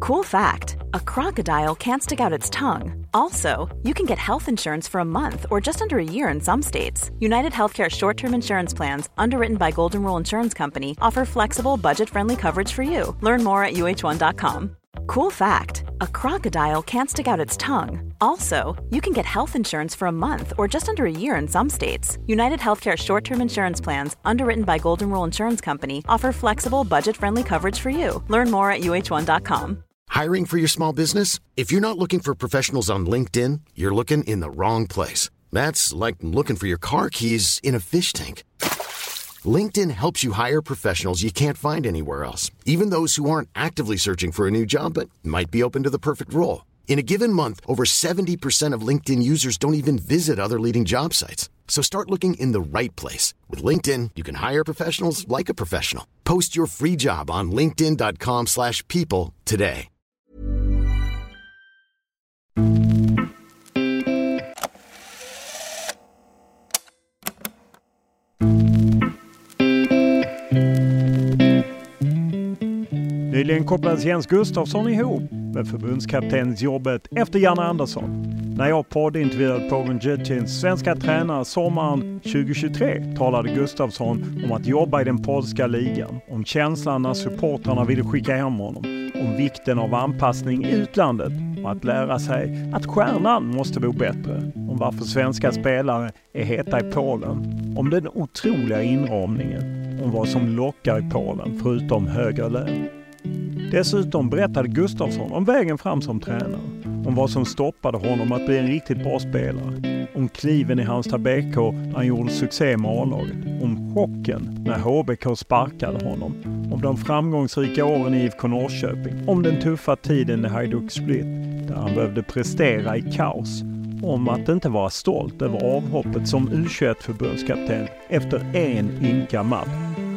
Cool fact, a crocodile can't stick out its tongue. Also, you can get health insurance for a month or just under a year in some states. United Healthcare short-term insurance plans, underwritten by Golden Rule Insurance Company, offer flexible, budget-friendly coverage for you. Learn more at uh1.com. Cool fact, a crocodile can't stick out its tongue. Also, you can get health insurance for a month or just under a year in some states. United Healthcare short-term insurance plans, underwritten by Golden Rule Insurance Company, offer flexible, budget-friendly coverage for you. Learn more at uh1.com. Hiring for your small business? If you're not looking for professionals on LinkedIn, you're looking in the wrong place. That's like looking for your car keys in a fish tank. LinkedIn helps you hire professionals you can't find anywhere else, even those who aren't actively searching for a new job but might be open to the perfect role. In a given month, over 70% of LinkedIn users don't even visit other leading job sites. So start looking in the right place. With LinkedIn, you can hire professionals like a professional. Post your free job on linkedin.com/people today. Nyligen kopplades Jens Gustafsson ihop med förbundskaptensjobbet efter Janne Andersson. När jag poddintervjuade Pogon Jetchins svenska tränare sommaren 2023 talade Gustafsson om att jobba i den polska ligan, om känslan när supportrarna ville skicka hem honom, om vikten av anpassning i utlandet och att lära sig att stjärnan måste vara bättre, om varför svenska spelare är heta i Polen, om den otroliga inramningen, om vad som lockar i Polen förutom högre lön. Dessutom berättade Gustafsson om vägen fram som tränare, om vad som stoppade honom att bli en riktigt bra spelare, om kliven i Halmstad BK när han gjorde succé med A-laget, om chocken när HBK sparkade honom, om de framgångsrika åren i IFK Norrköping, om den tuffa tiden i Hajduk Split där han behövde prestera i kaos, om att inte vara stolt över avhoppet som U21-förbundskapten efter en ynka match.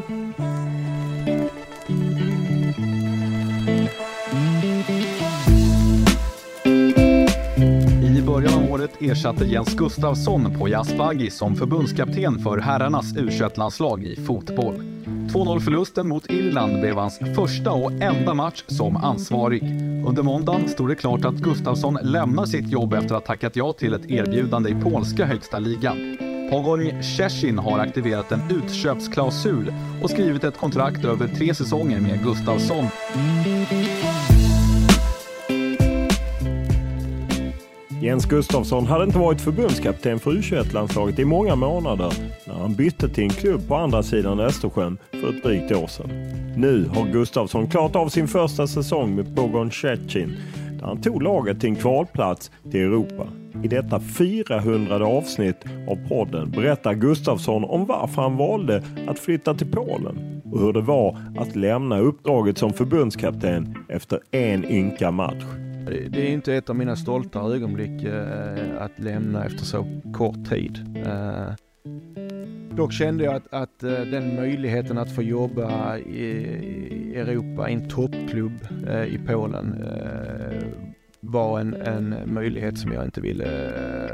I början av året ersatte Jens Gustafsson på Jasbaghi som förbundskapten för herrarnas U21-landslag i fotboll. 2-0-förlusten mot Irland blev hans första och enda match som ansvarig. Under måndagen stod det klart att Gustafsson lämnar sitt jobb efter att ha tackat ja till ett erbjudande i polska högsta ligan. Pogoń Szczecin har aktiverat en utköpsklausul och skrivit ett kontrakt över 3 säsonger med Gustafsson. Jens Gustafsson hade inte varit förbundskapten för U21-landslaget i många månader när han bytte till en klubb på andra sidan Östersjön för ett drygt år sedan. Nu har Gustafsson klart av sin första säsong med Pogoń Szczecin där han tog laget till en kvalplats till Europa. I detta 400 avsnitt av podden berättar Gustafsson om varför han valde att flytta till Polen och hur det var att lämna uppdraget som förbundskapten efter en ynka match. Det är inte ett av mina stolta ögonblick att lämna efter så kort tid. Dock kände jag att den möjligheten att få jobba i Europa, i en toppklubb i Polen, var en möjlighet som jag inte ville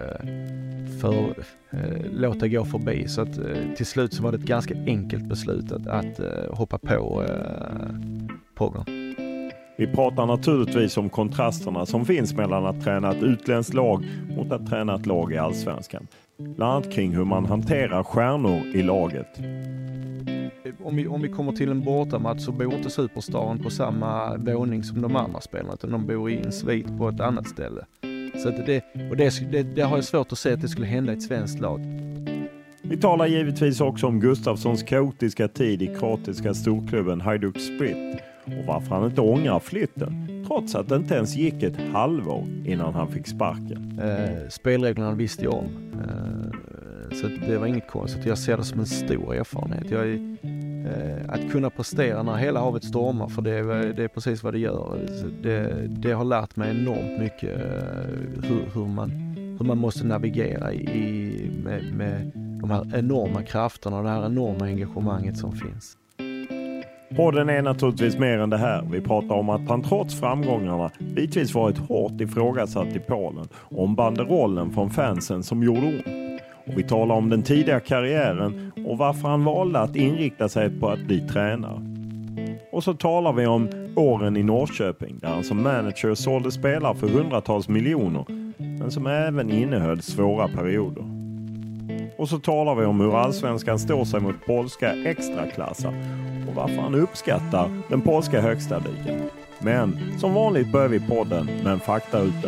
låta gå förbi. Så att, till slut så var det ett ganska enkelt beslut att hoppa på Pogon. Vi pratar naturligtvis om kontrasterna som finns mellan att träna ett utländskt lag mot att träna ett lag i Allsvenskan. Bland annat kring hur man hanterar stjärnor i laget. Om vi kommer till en bortamatch så bor inte superstaren på samma våning som de andra spelarna, utan de bor i en svit på ett annat ställe. Så att det har jag svårt att se att det skulle hända i ett svenskt lag. Vi talar givetvis också om Gustafssons kaotiska tid i kroatiska storklubben Hajduk Split och varför han inte ångrar flytten, trots att det inte ens gick ett halvår innan han fick sparken. Spelreglerna visste jag om, så det var inget konstigt. Jag ser det som en stor erfarenhet. Att kunna prestera när hela havet stormar, för det är precis vad det gör. Det har lärt mig enormt mycket hur man måste navigera med de här enorma krafterna och det här enorma engagemanget som finns. Podden är naturligtvis mer än det här. Vi pratar om att han trots framgångarna bitvis varit hårt ifrågasatt i Polen, om banderollen från fansen som gjorde ont. Och vi talar om den tidiga karriären och varför han valde att inrikta sig på att bli tränare. Och så talar vi om åren i Norrköping där han som manager sålde spelare för hundratals miljoner, men som även innehöll svåra perioder. Och så talar vi om hur allsvenskan står sig mot polska extraklassar och varför han uppskattar den polska högsta ligan. Men som vanligt börjar vi podden med en faktaruta.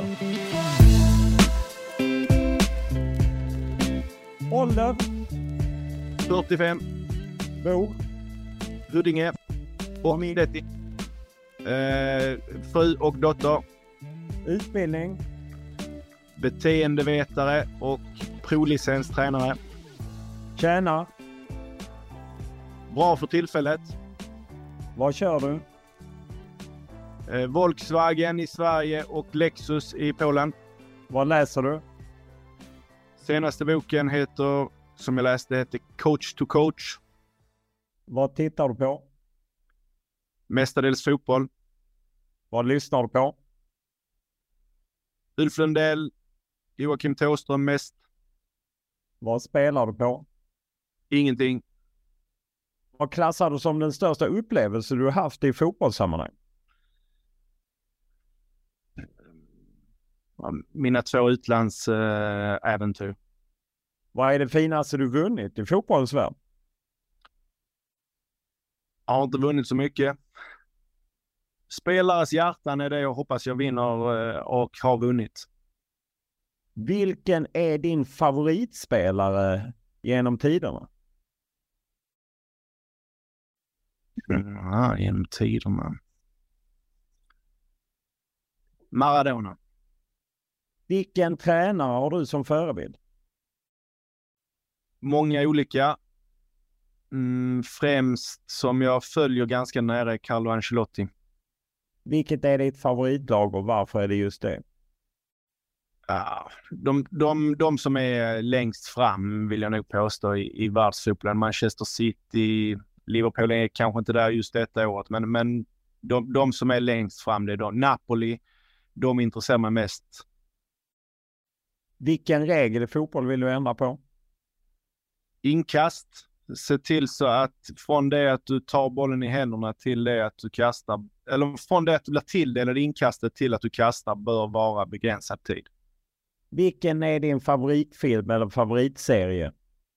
Ålder? 45. Bor? Huddinge. Och 30. Fru och dotter. Utbildning? Beteendevetare och prolicenstränare. Tjänar? Bra för tillfället. Vad kör du? Volkswagen i Sverige och Lexus i Polen. Vad läser du? Senaste boken heter, som jag läste, heter Coach to Coach. Vad tittar du på? Mestadels fotboll. Vad lyssnar du på? Ulf Lundell, Joakim Thåström mest. Vad spelar du på? Ingenting. Vad klassar du som den största upplevelse du har haft i fotbollssammanhang? Mina 2 utlandsäventyr. Vad är det finaste du vunnit i fotbollens värld? Jag har inte vunnit så mycket. Spelares hjärtan är det jag hoppas jag vinner och har vunnit. Vilken är din favoritspelare genom tiderna? Genom tiderna. Maradona. Vilken tränare har du som förebild? Många olika. Främst som jag följer ganska nära är Carlo Ancelotti. Vilket är ditt favoritlag och varför är det just det? De som är längst fram vill jag nog påstå i världsfotbollen. Manchester City, Liverpool är kanske inte där just detta året, men de som är längst fram, det är de. Napoli, de intresserar mig mest. Vilken regel i fotboll vill du ändra på? Inkast. Se till så att från det att du tar bollen i händerna till det att du kastar, eller från det att du blir tilldelad inkastet till att du kastar, bör vara begränsad tid. Vilken är din favoritfilm eller favoritserie?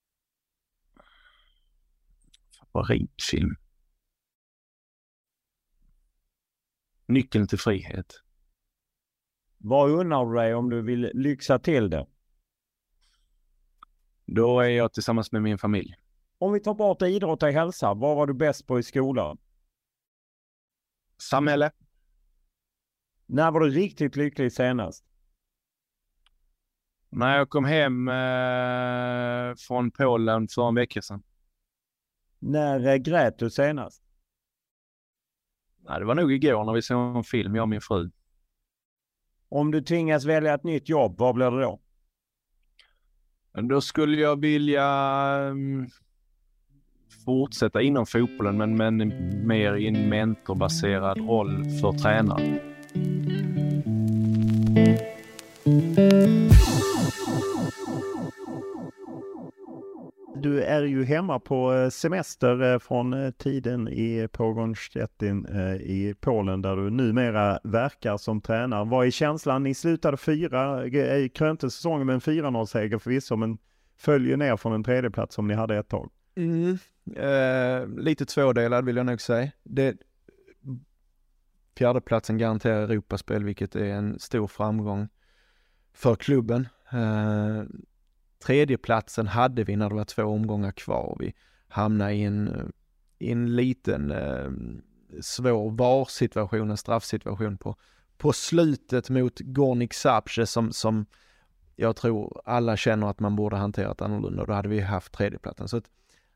Favoritfilm. Nyckeln till frihet. Vad unnar du dig om du vill lyxa till det? Då är jag tillsammans med min familj. Om vi tar bort idrott och hälsa, vad var du bäst på i skolan? Samhälle. När var du riktigt lycklig senast? När jag kom hem från Polen för en vecka sedan. När grät du senast? Nej, det var nog igår när vi såg en film, jag och min fru. Om du tvingas välja ett nytt jobb, vad blir det då? Då skulle jag vilja fortsätta inom fotbollen, men mer i en mentorbaserad roll för tränare. Du är ju hemma på semester från tiden i Pogoń Szczecin i Polen där du numera verkar som tränare. Vad är känslan? Ni slutade 4, krönte säsongen med en 4-0-seger förvisso, men följer ner från en tredjeplats som ni hade ett tag. Lite tvådelad vill jag nog säga. Fjärdeplatsen garanterar Europaspel, vilket är en stor framgång för klubben. Tredjeplatsen hade vi när det var 2 omgångar kvar. Vi hamnade i en liten svår VAR-situation, en straffsituation på slutet mot Górnik Zabrze som jag tror alla känner att man borde hanterat annorlunda. Då hade vi haft tredjeplatsen. Så att,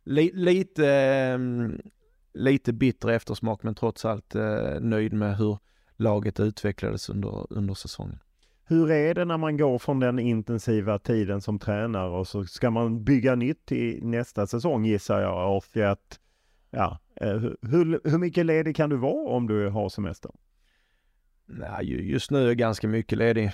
lite bitter eftersmak, men trots allt nöjd med hur laget utvecklades under säsongen. Hur är det när man går från den intensiva tiden som tränare och så ska man bygga nytt till nästa säsong, gissar jag, och att hur mycket ledig kan du vara om du har semester? Nej, just nu är jag ganska mycket ledig.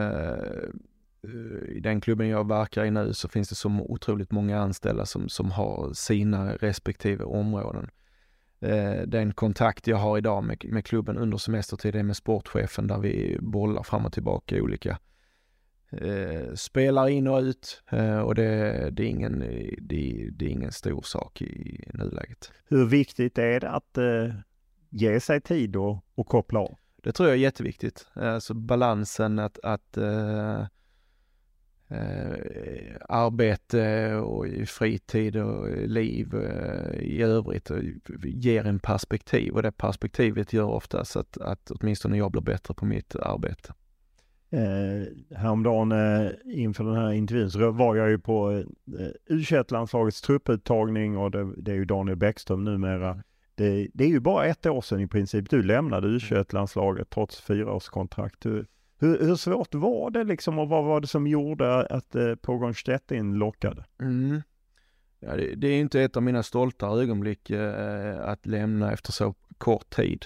I den klubben jag verkar i nu så finns det så otroligt många anställda som har sina respektive områden. den kontakt jag har idag med klubben under semestertid är med sportchefen, där vi bollar fram och tillbaka olika spelar in och ut, och det är ingen stor sak i nuläget. Hur viktigt är det att ge sig tid och koppla av? Det tror jag är jätteviktigt. Alltså balansen att arbete och fritid och liv i övrigt ger en perspektiv, och det perspektivet gör oftast att åtminstone jag blir bättre på mitt arbete. Häromdagen inför den här intervjun så var jag ju på U21-landslagets trupputtagning, och det är ju Daniel Bäckström numera. Det är ju bara 1 år sedan i princip du lämnade U21-landslaget trots 4-årskontrakt. Hur svårt var det liksom, och vad var det som gjorde att Pogon Stettin lockade? Ja, det är ju inte ett av mina stolta ögonblick att lämna efter så kort tid.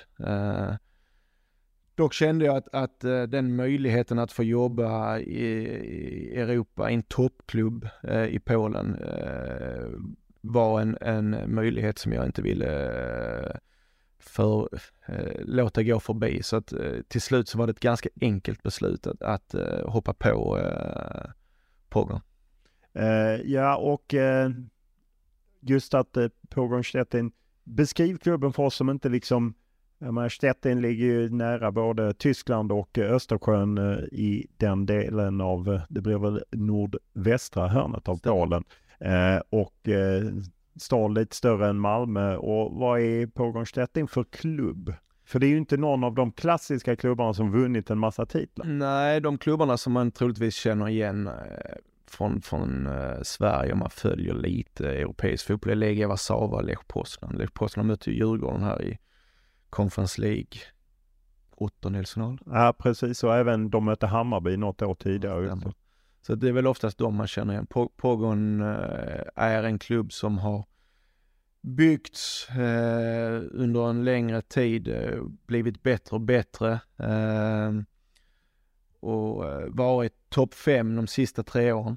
Dock kände jag att den möjligheten att få jobba i Europa i en toppklubb i Polen var en möjlighet som jag inte ville låta gå förbi. Så att till slut så var det ett ganska enkelt beslut att hoppa på Pogon. Ja, och just att Pogon Stettin, beskriv klubben för oss som inte liksom, Stettin ligger ju nära både Tyskland och Östersjön i den delen av, det blir väl nordvästra hörnet av Polen, och stad lite större än Malmö. Och vad är Pogon Stettin för klubb? För det är ju inte någon av de klassiska klubbarna som vunnit en massa titlar. Nej, de klubbarna som man troligtvis känner igen från Sverige, om man följer lite europeisk fotboll, Legia Warszawa, Lech Poznan. Lech Poznan mötte ju Djurgården här i Conference League 8-delsfinal. Ja, precis. Och även de mötte Hammarby något år tidigare. Så det är väl oftast de man känner igen. Pogon är en klubb som har byggts under en längre tid, blivit bättre och bättre, och varit topp 5 de sista 3 åren.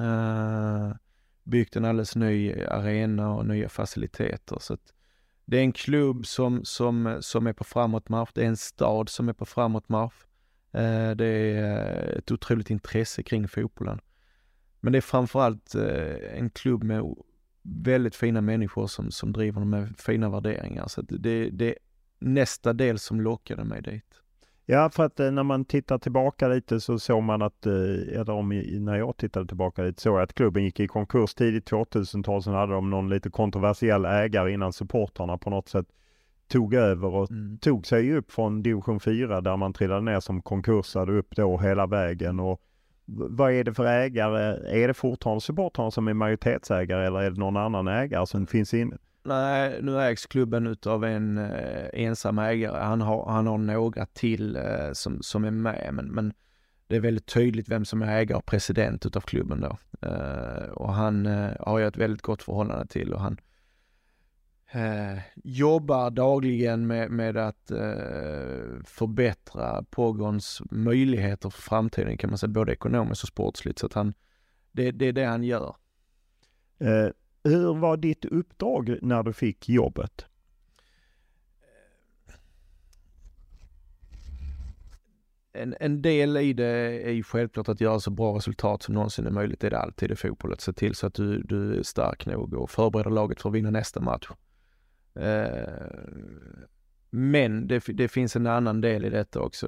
Byggt en alldeles ny arena och nya faciliteter. Så att det är en klubb som är på framåtmarsch. Det är en stad som är på framåtmarsch. Det är ett otroligt intresse kring fotbollen. Men det är framförallt en klubb med väldigt fina människor som driver dem med fina värderingar. Så det är nästa del som lockade mig dit. Ja, för att när man tittar tillbaka lite så såg man att, när jag tittade tillbaka lite, så att klubben gick i konkurs tidigt 2000-tal. Sen hade de någon lite kontroversiell ägare innan supportarna på något sätt tog över och tog sig upp från division 4 där man trillade ner som konkursade upp då hela vägen. Och vad är det för ägare? Är det fortfarande supportarna som är majoritetsägare, eller är det någon annan ägare som finns inne? Nej, nu ägs klubben utav en ensam ägare. Han har några till som är med, men det är väldigt tydligt vem som är ägare och president utav klubben då. Och han har ju ett väldigt gott förhållande till, och han jobbar dagligen med att förbättra Pogons möjligheter för framtiden, kan man säga, både ekonomiskt och sportsligt. Så att det är det han gör. Hur var ditt uppdrag när du fick jobbet? En del i det är ju självklart att göra så bra resultat som någonsin är möjligt. Det är det alltid i fotboll, att se till så att du är stark nog och förbereda laget för att vinna nästa match. Men det finns en annan del i detta också.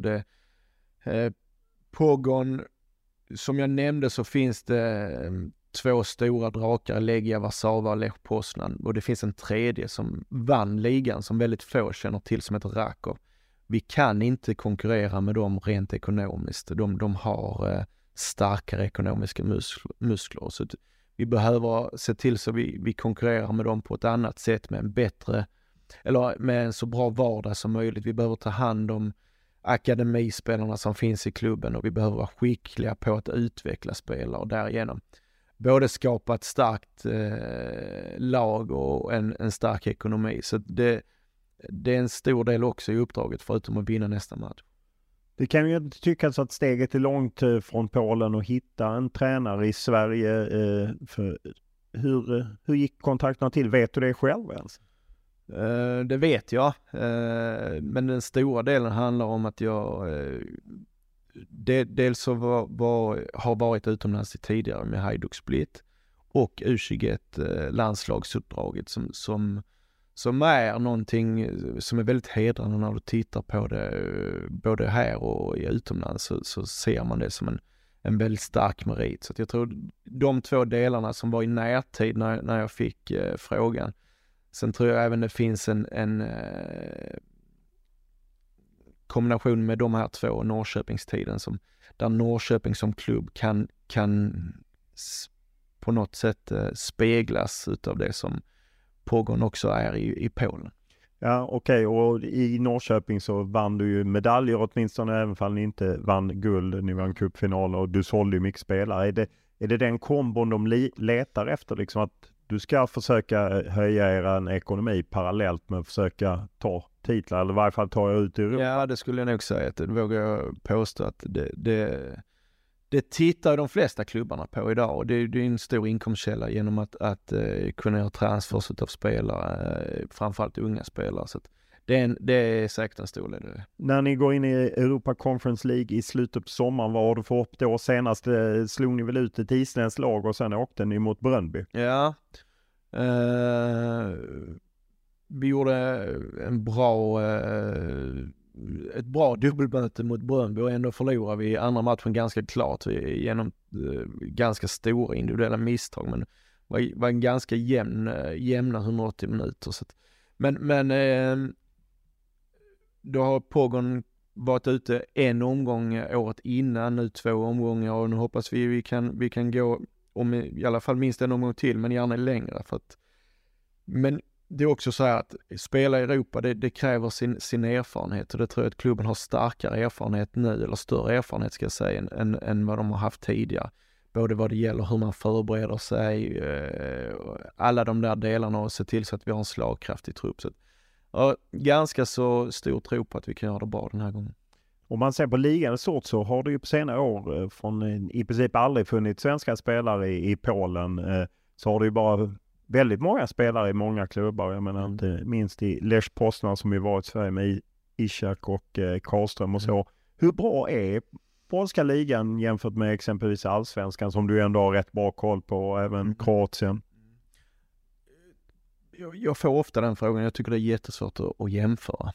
Pogon, som jag nämnde, så finns det 2 stora drakar, Legia Warszawa och Lech Poznan, och det finns en tredje som vann ligan som väldigt få känner till, som heter Rakov. Vi kan inte konkurrera med dem rent ekonomiskt. De har starkare ekonomiska muskler. Så vi behöver se till så vi konkurrerar med dem på ett annat sätt, med en bättre, eller med en så bra vardag som möjligt. Vi behöver ta hand om akademispelarna som finns i klubben, och vi behöver vara skickliga på att utveckla spelare och därigenom både skapa ett starkt lag och en stark ekonomi. Så det är en stor del också i uppdraget, förutom att vinna nästa match. Det kan ju inte tyckas att steget är långt från Polen och hitta en tränare i Sverige. Hur gick kontakterna till? Vet du det själv ens? Det vet jag. Men den stora delen handlar om att jag dels så har varit utomlands tidigare med Hajduk Split och U21 landslagsuppdraget som är någonting som är väldigt hedrande när du tittar på det både här och utomlands, så ser man det som en väldigt stark merit. Så att jag tror de två delarna som var i närtid när jag fick frågan. Sen tror jag även det finns en kombination med de här två Norrköpingstiden där Norrköping som klubb kan på något sätt speglas utav det som Pogon också är i Polen. Ja, okej. Och i Norrköping så vann du ju medaljer åtminstone, även om ni inte vann guld. Ni vann cupfinal och du sålde ju mycket spelare. Är det den kombon de letar efter, liksom att du ska försöka höja er ekonomi parallellt med att försöka ta titlar, eller i varje fall ta er ut i Europa? Ja, det skulle jag nog säga. Det vågar jag påstå att det tittar de flesta klubbarna på idag, och det är en stor inkomstkälla genom att kunna göra transfers av spelare, framförallt unga spelare. Så att det är säkert en stor del. När ni går in i Europa Conference League i slutet på sommaren, vad har du för hopp då? Senast slog ni väl ut ett isländskt lag och sen åkte ni mot Brøndby. Ja, vi gjorde ett bra dubbelmöte mot Brøndby, och ändå förlorade vi andra matchen ganska klart genom ganska stora individuella misstag, men var en ganska jämna 180 minuter. Så att, men då har Pogon varit ute en omgång året innan, nu 2 omgångar, och nu hoppas vi kan gå om i alla fall minst en omgång till, men gärna längre. Men det är också så här att spela i Europa, det kräver sin erfarenhet, och det tror jag att klubben har starkare erfarenhet nu, eller större erfarenhet ska jag säga, än vad de har haft tidigare. Både vad det gäller hur man förbereder sig, alla de där delarna, och se till så att vi har en slagkraftig trupp. Så ganska så stor tro på att vi kan göra det bra den här gången. Om man ser på ligan så har det ju på senare år från i princip aldrig funnits svenska spelare i Polen, så har det ju bara väldigt många spelare i många klubbar. Jag menar inte minst i Lech Poznan som ju varit i Sverige med Ishak och Karlström och så. Hur bra är polska ligan jämfört med exempelvis allsvenskan, som du ändå har rätt bra koll på, och även Kroatien? Jag får ofta den frågan. Jag tycker det är jättesvårt att jämföra.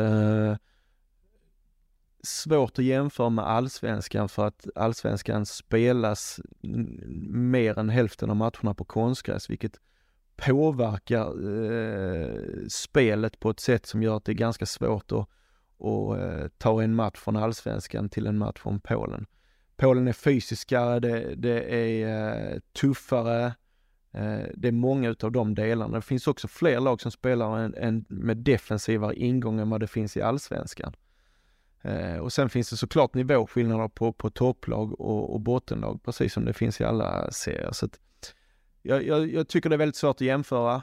Svårt att jämföra med allsvenskan, för att allsvenskan spelas mer än hälften av matcherna på konstgräs, vilket påverkar spelet på ett sätt som gör att det är ganska svårt att ta en match från allsvenskan till en match från Polen. Polen är fysiskare, det är tuffare, det är många utav de delarna. Det finns också fler lag som spelar med defensivare ingång än vad det finns i allsvenskan. Och sen finns det såklart nivåskillnader på topplag och bottenlag, precis som det finns i alla serier. Så att jag tycker det är väldigt svårt att jämföra.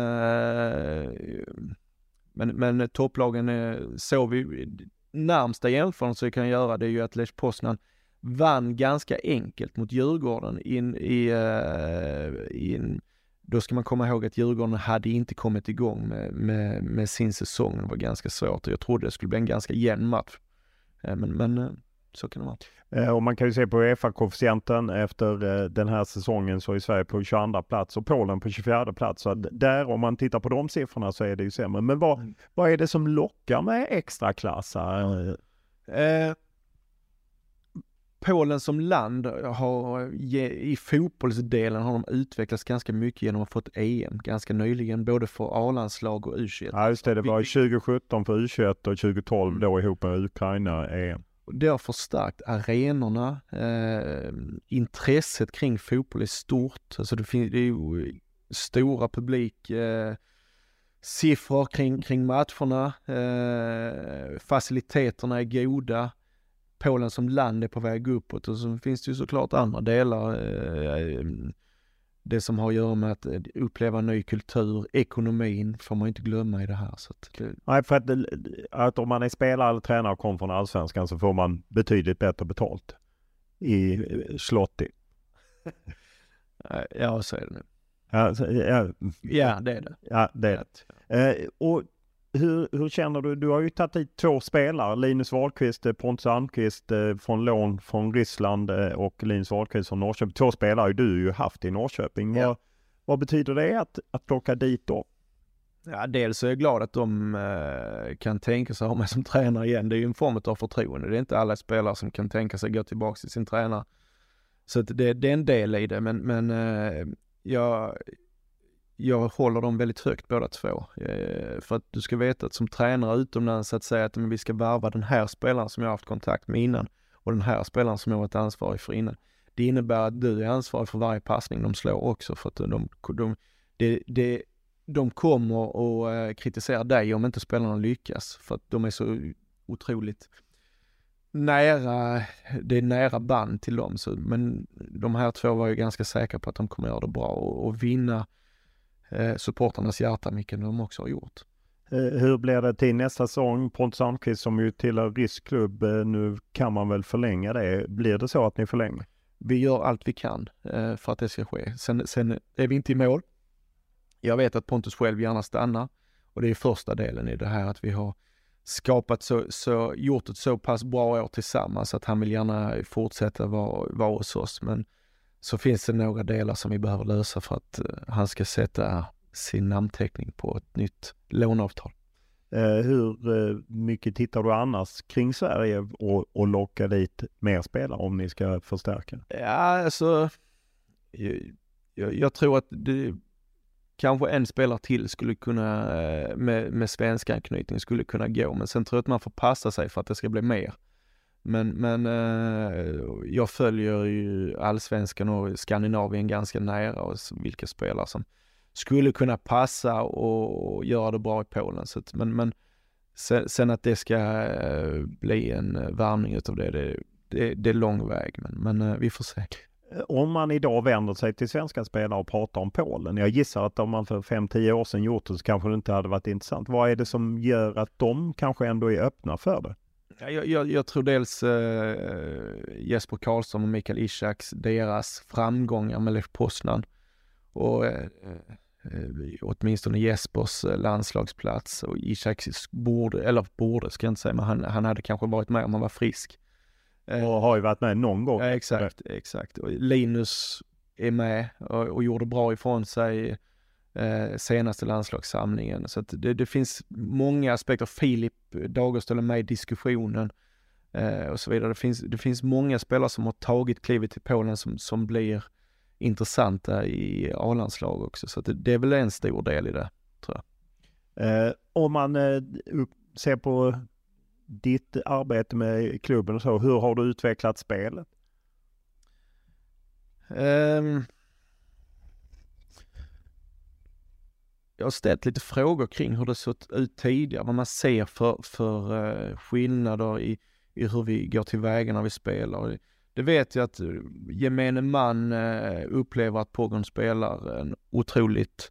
Men topplagen såg vi närmsta jämförelse vi kan göra, det är ju att Lech Poznan vann ganska enkelt mot Djurgården då ska man komma ihåg att Djurgården hade inte kommit igång med sin säsong. Det var ganska svårt, och jag trodde det skulle bli en ganska jämn match. Men så kan det vara. Och man kan ju se på UEFA-koefficienten efter den här säsongen, så är Sverige på 22 plats och Polen på 24 plats. Så där, om man tittar på de siffrorna, så är det ju sämre. Men vad är det som lockar med extra klassar? Polen som land i fotbollsdelen har de utvecklats ganska mycket genom att ha fått EM ganska nyligen, både för A-landslag och U21. Ja, just det var 2017 för U21 och 2012 då ihop med Ukraina EM. Det har förstärkt arenorna, intresset kring fotboll är stort. Alltså det är ju stora siffror kring matcherna, faciliteterna är goda. Polen som land är på väg uppåt, och så finns det ju såklart andra delar. Det som har att göra med att uppleva ny kultur, ekonomin får man inte glömma i det här. Så Nej, för att om man är spelare eller tränare och kommer från allsvenskan, så får man betydligt bättre betalt i Slotti. Ja, så är det nu. Ja, Ja, det är det. Ja, det är det. Och hur känner du? Du har ju tagit hit 2 spelare. Linus Wahlqvist, Pontus Almqvist från lån från Ryssland och Linus Wahlqvist från Norrköping. 2 spelare har du ju haft i Norrköping. Ja. Vad betyder det att plocka dit då? Ja, dels är jag glad att de kan tänka sig ha mig som tränare igen. Det är ju en form av förtroende. Det är inte alla spelare som kan tänka sig gå tillbaka till sin tränare. Så att det är en del i det. Men jag håller dem väldigt högt båda 2. För att du ska veta att som tränare utomlands att säga att vi ska varva den här spelaren som jag har haft kontakt med innan och den här spelaren som jag har varit ansvarig för innan. Det innebär att du är ansvarig för varje passning de slår också. För att de kommer och kritiserar dig om inte spelarna lyckas. För att de är så otroligt nära, det är nära band till dem. Men de här 2 var ju ganska säkra på att de kommer göra det bra och vinna supporternas hjärta, mycket de också har gjort. Hur blir det till nästa säsong? Pontus Almqvist som ju tillhör rysk klubb, nu kan man väl förlänga det. Blir det så att ni förlänger? Vi gör allt vi kan för att det ska ske. Sen är vi inte i mål. Jag vet att Pontus själv gärna stannar och det är första delen i det här att vi har skapat gjort ett så pass bra år tillsammans att han vill gärna fortsätta vara hos oss. Men så finns det några delar som vi behöver lösa för att han ska sätta sin namnteckning på ett nytt låneavtal. Hur mycket tittar du annars kring Sverige och lockar dit mer spelare om ni ska förstärka? Ja, alltså jag tror att det kanske en spelare till skulle kunna med svenska anknytning skulle kunna gå, men sen tror jag att man får passa sig för att det ska bli mer. Men jag följer ju allsvenskan och Skandinavien ganska nära och vilka spelare som skulle kunna passa och göra det bra i Polen. Så att, men sen att det ska bli en värvning utav det är lång väg. Men vi får se. Om man idag vänder sig till svenska spelare och pratar om Polen. Jag gissar att om man för 5-10 år sedan gjort det så kanske det inte hade varit intressant. Vad är det som gör att de kanske ändå är öppna för det? Jag tror dels Jesper Karlsson och Mikael Ishaks, deras framgångar med Lech Poznan och åtminstone Jespers landslagsplats och Ishaks borde ska jag inte säga, men han hade kanske varit med om han var frisk. Och har ju varit med någon gång. Ja, exakt. Och Linus är med och gjorde bra ifrån sig senaste landslagssamlingen. Så att det finns många aspekter. Filip Dagerstål är med i diskussionen och så vidare. Det finns många spelare som har tagit klivet till Polen som blir intressanta i A-landslag också. Så att det är väl en stor del i det, tror jag. Om man ser på ditt arbete med klubben och så, hur har du utvecklat spelet? Jag har ställt lite frågor kring hur det sett ut tidigare, vad man ser för skillnader i hur vi går till vägen när vi spelar. Det vet jag att gemene man upplever att Pogon spelar en otroligt,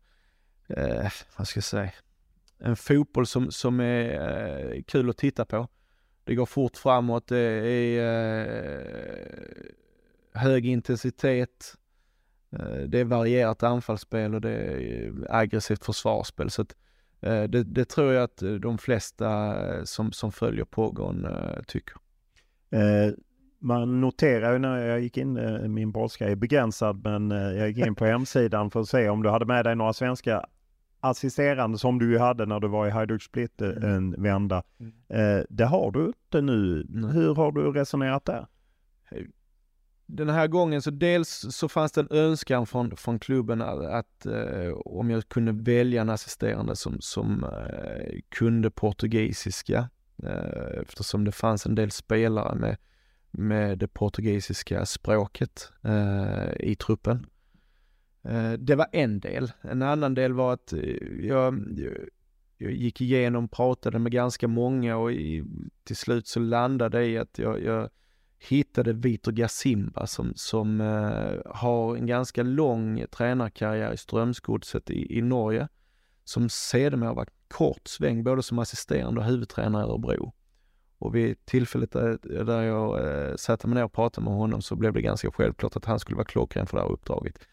en fotboll som är kul att titta på. Det går fort framåt, det är hög intensitet, det är varierat anfallsspel och det är aggressivt försvarsspel. Så att, det tror jag att de flesta som följer Pogon tycker. Man noterar ju när jag gick in, min polska är begränsad, men jag gick in på hemsidan för att se om du hade med dig några svenska assisterande som du hade när du var i Hajduk Split en vända. Det har du inte nu. Hur har du resonerat där? Den här gången så dels så fanns det en önskan från klubben att om jag kunde välja en assisterande som kunde portugisiska, eftersom det fanns en del spelare med det portugisiska språket i truppen. Det var en del. En annan del var att jag gick igenom, pratade med ganska många och till slut så landade i att jag hittade Vitor Gasimba som har en ganska lång tränarkarriär i Strömsgodset i Norge, som sedermera var kort sväng både som assisterande och huvudtränare i Örebro. Och vid tillfället där jag satte mig ner och pratade med honom så blev det ganska självklart att han skulle vara klockren för det här uppdraget.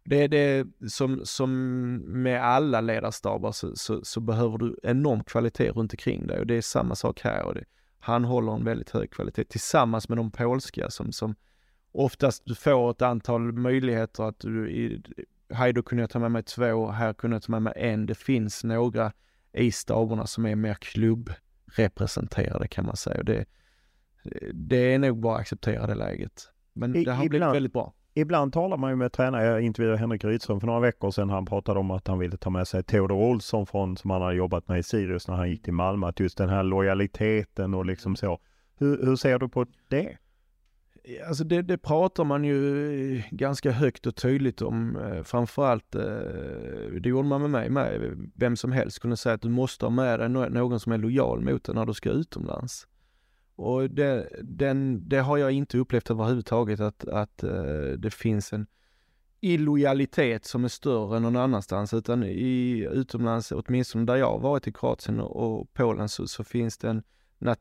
Det är som med alla ledarstaber så behöver du enorm kvalitet runt omkring dig, och det är samma sak här, och han håller en väldigt hög kvalitet tillsammans med de polska som oftast du får ett antal möjligheter att här då kunde jag ta med mig 2, här kunde jag ta med mig 1. Det finns några i staberna som är mer klubbrepresenterade kan man säga. Det är nog bara att acceptera det läget. Men det har blivit väldigt bra. Ibland talar man ju med tränare. Jag intervjuade Henrik Rydström för några veckor sedan. Han pratade om att han ville ta med sig Theodor Olsson som han hade jobbat med i Sirius när han gick till Malmö. Att just den här lojaliteten och liksom så. Hur ser du på det? Alltså det pratar man ju ganska högt och tydligt om. Framförallt, det gjorde man med mig med. Vem som helst kunde säga att du måste ha med dig någon som är lojal mot dig när du ska utomlands. Och det har jag inte upplevt överhuvudtaget, att det finns en illojalitet som är större än någon annanstans, utan utomlands, åtminstone där jag har varit i Kroatien och Polen, så finns det ett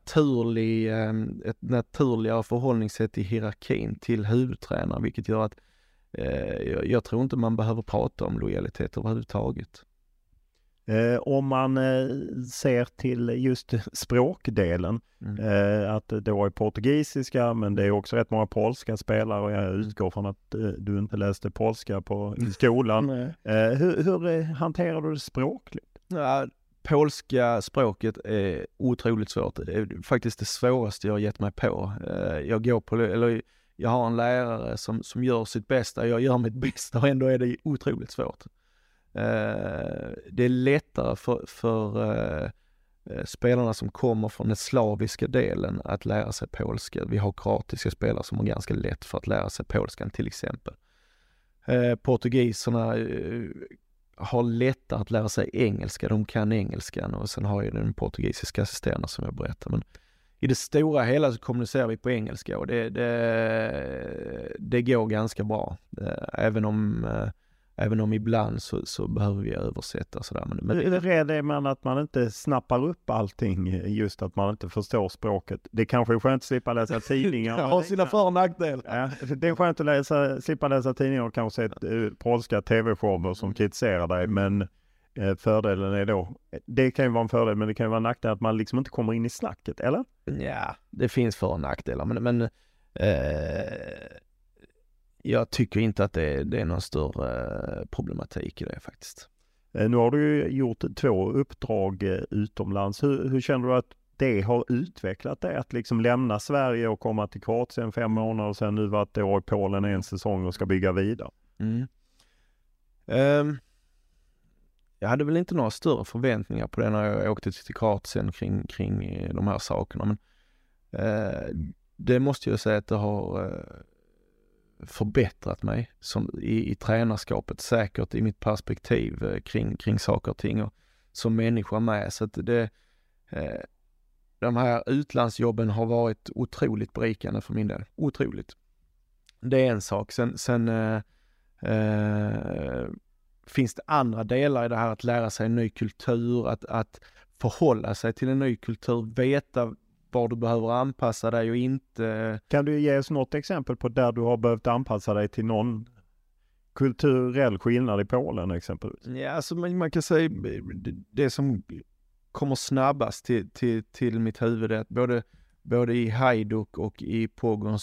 naturligare förhållningssätt i hierarkin till huvudtränaren, vilket gör att jag tror inte man behöver prata om lojalitet överhuvudtaget. Om man ser till just språkdelen, att det var portugisiska, men det är också rätt många polska spelare, och jag utgår från att du inte läste polska i skolan. Hur hanterar du det språkligt? Ja, polska språket är otroligt svårt. Det är faktiskt det svåraste jag har gett mig på. Jag har en lärare som gör sitt bästa, jag gör mitt bästa, och ändå är det otroligt svårt. Det är lättare för spelarna som kommer från den slaviska delen att lära sig polska. Vi har kroatiska spelare som har ganska lätt för att lära sig polskan till exempel. Portugiserna har lättare att lära sig engelska, de kan engelskan, och sen har ju den portugisiska assisterande som jag berättade. Men i det stora hela så kommunicerar vi på engelska, och det går ganska bra. Även om ibland så behöver vi översätta och sådär. Men är man att man inte snappar upp allting, just att man inte förstår språket? Det kanske är skönt att slippa läsa tidningar. Det har sina för- och nackdelar. Ja, det är skönt att slippa läsa tidningar och kanske se polska tv-shower som kritiserar dig, men fördelen är då, det kan ju vara en fördel, men det kan ju vara en nackdel att man liksom inte kommer in i snacket, eller? Ja, det finns för- och nackdelar, men jag tycker inte att det är någon större problematik i det faktiskt. Nu har du ju gjort 2 uppdrag utomlands. Hur känner du att det har utvecklat det? Att liksom lämna Sverige och komma till Kroatien 5 månader och sen nu varit i Polen 1 säsong och ska bygga vidare? Jag hade väl inte några större förväntningar på det när jag åkte till Kroatien kring de här sakerna. Men det måste jag säga att det har förbättrat mig i tränarskapet, säkert i mitt perspektiv kring saker och ting och som människa med. Så att de här utlandsjobben har varit otroligt berikande för min del. Otroligt. Det är en sak. Sen finns det andra delar i det här, att lära sig en ny kultur, att förhålla sig till en ny kultur, veta var du behöver anpassa dig och inte. Kan du ge oss något exempel på där du har behövt anpassa dig till någon kulturell skillnad i Polen exempelvis? Ja, alltså man kan säga det som kommer snabbast till mitt huvud är att både i Hajduk och i Pogon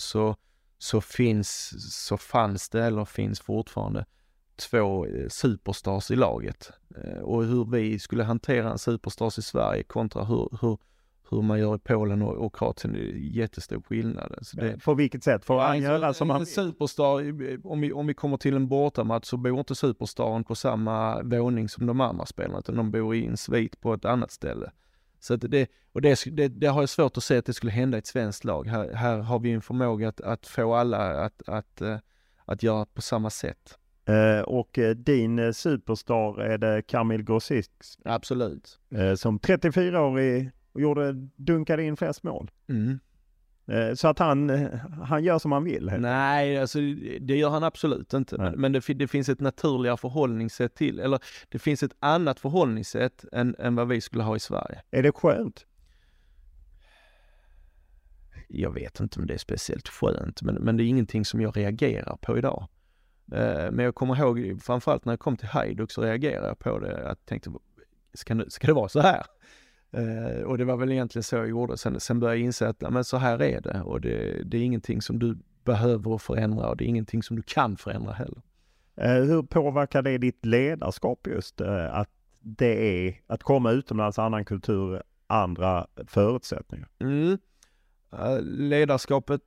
fanns det eller finns fortfarande 2 superstars i laget. Och hur vi skulle hantera en superstars i Sverige kontra hur man gör i Polen och Kroatien, är jättestor skillnad. Alltså på vilket sätt? För att göra som man... En superstar, om vi kommer till en bortamatch så bor inte superstaren på samma våning som de andra spelarna, utan de bor i en svit på ett annat ställe. Så att det har jag svårt att se att det skulle hända i ett svenskt lag. Här har vi en förmåga att få alla att göra på samma sätt. Och din superstar är det Kamil Grosicki. Absolut. Som 34-årig och dunkade in flest mål. Så att han gör som han vill. Nej, alltså det gör han absolut inte. Men det finns ett naturligare förhållningssätt till, eller det finns ett annat förhållningssätt än vad vi skulle ha i Sverige. Är det skönt? Jag vet inte om det är speciellt skönt, men det är ingenting som jag reagerar på idag. Men jag kommer ihåg, framförallt när jag kom till Hajduk så reagerade jag på det. Jag tänkte, ska det vara så här? Och det var väl egentligen så jag gjorde. Sen började jag inse att men så här är det. Och det är ingenting som du behöver förändra och det är ingenting som du kan förändra heller. Hur påverkar det ditt ledarskap just? Att det är att komma utomlands, annan kultur, andra förutsättningar? Ledarskapet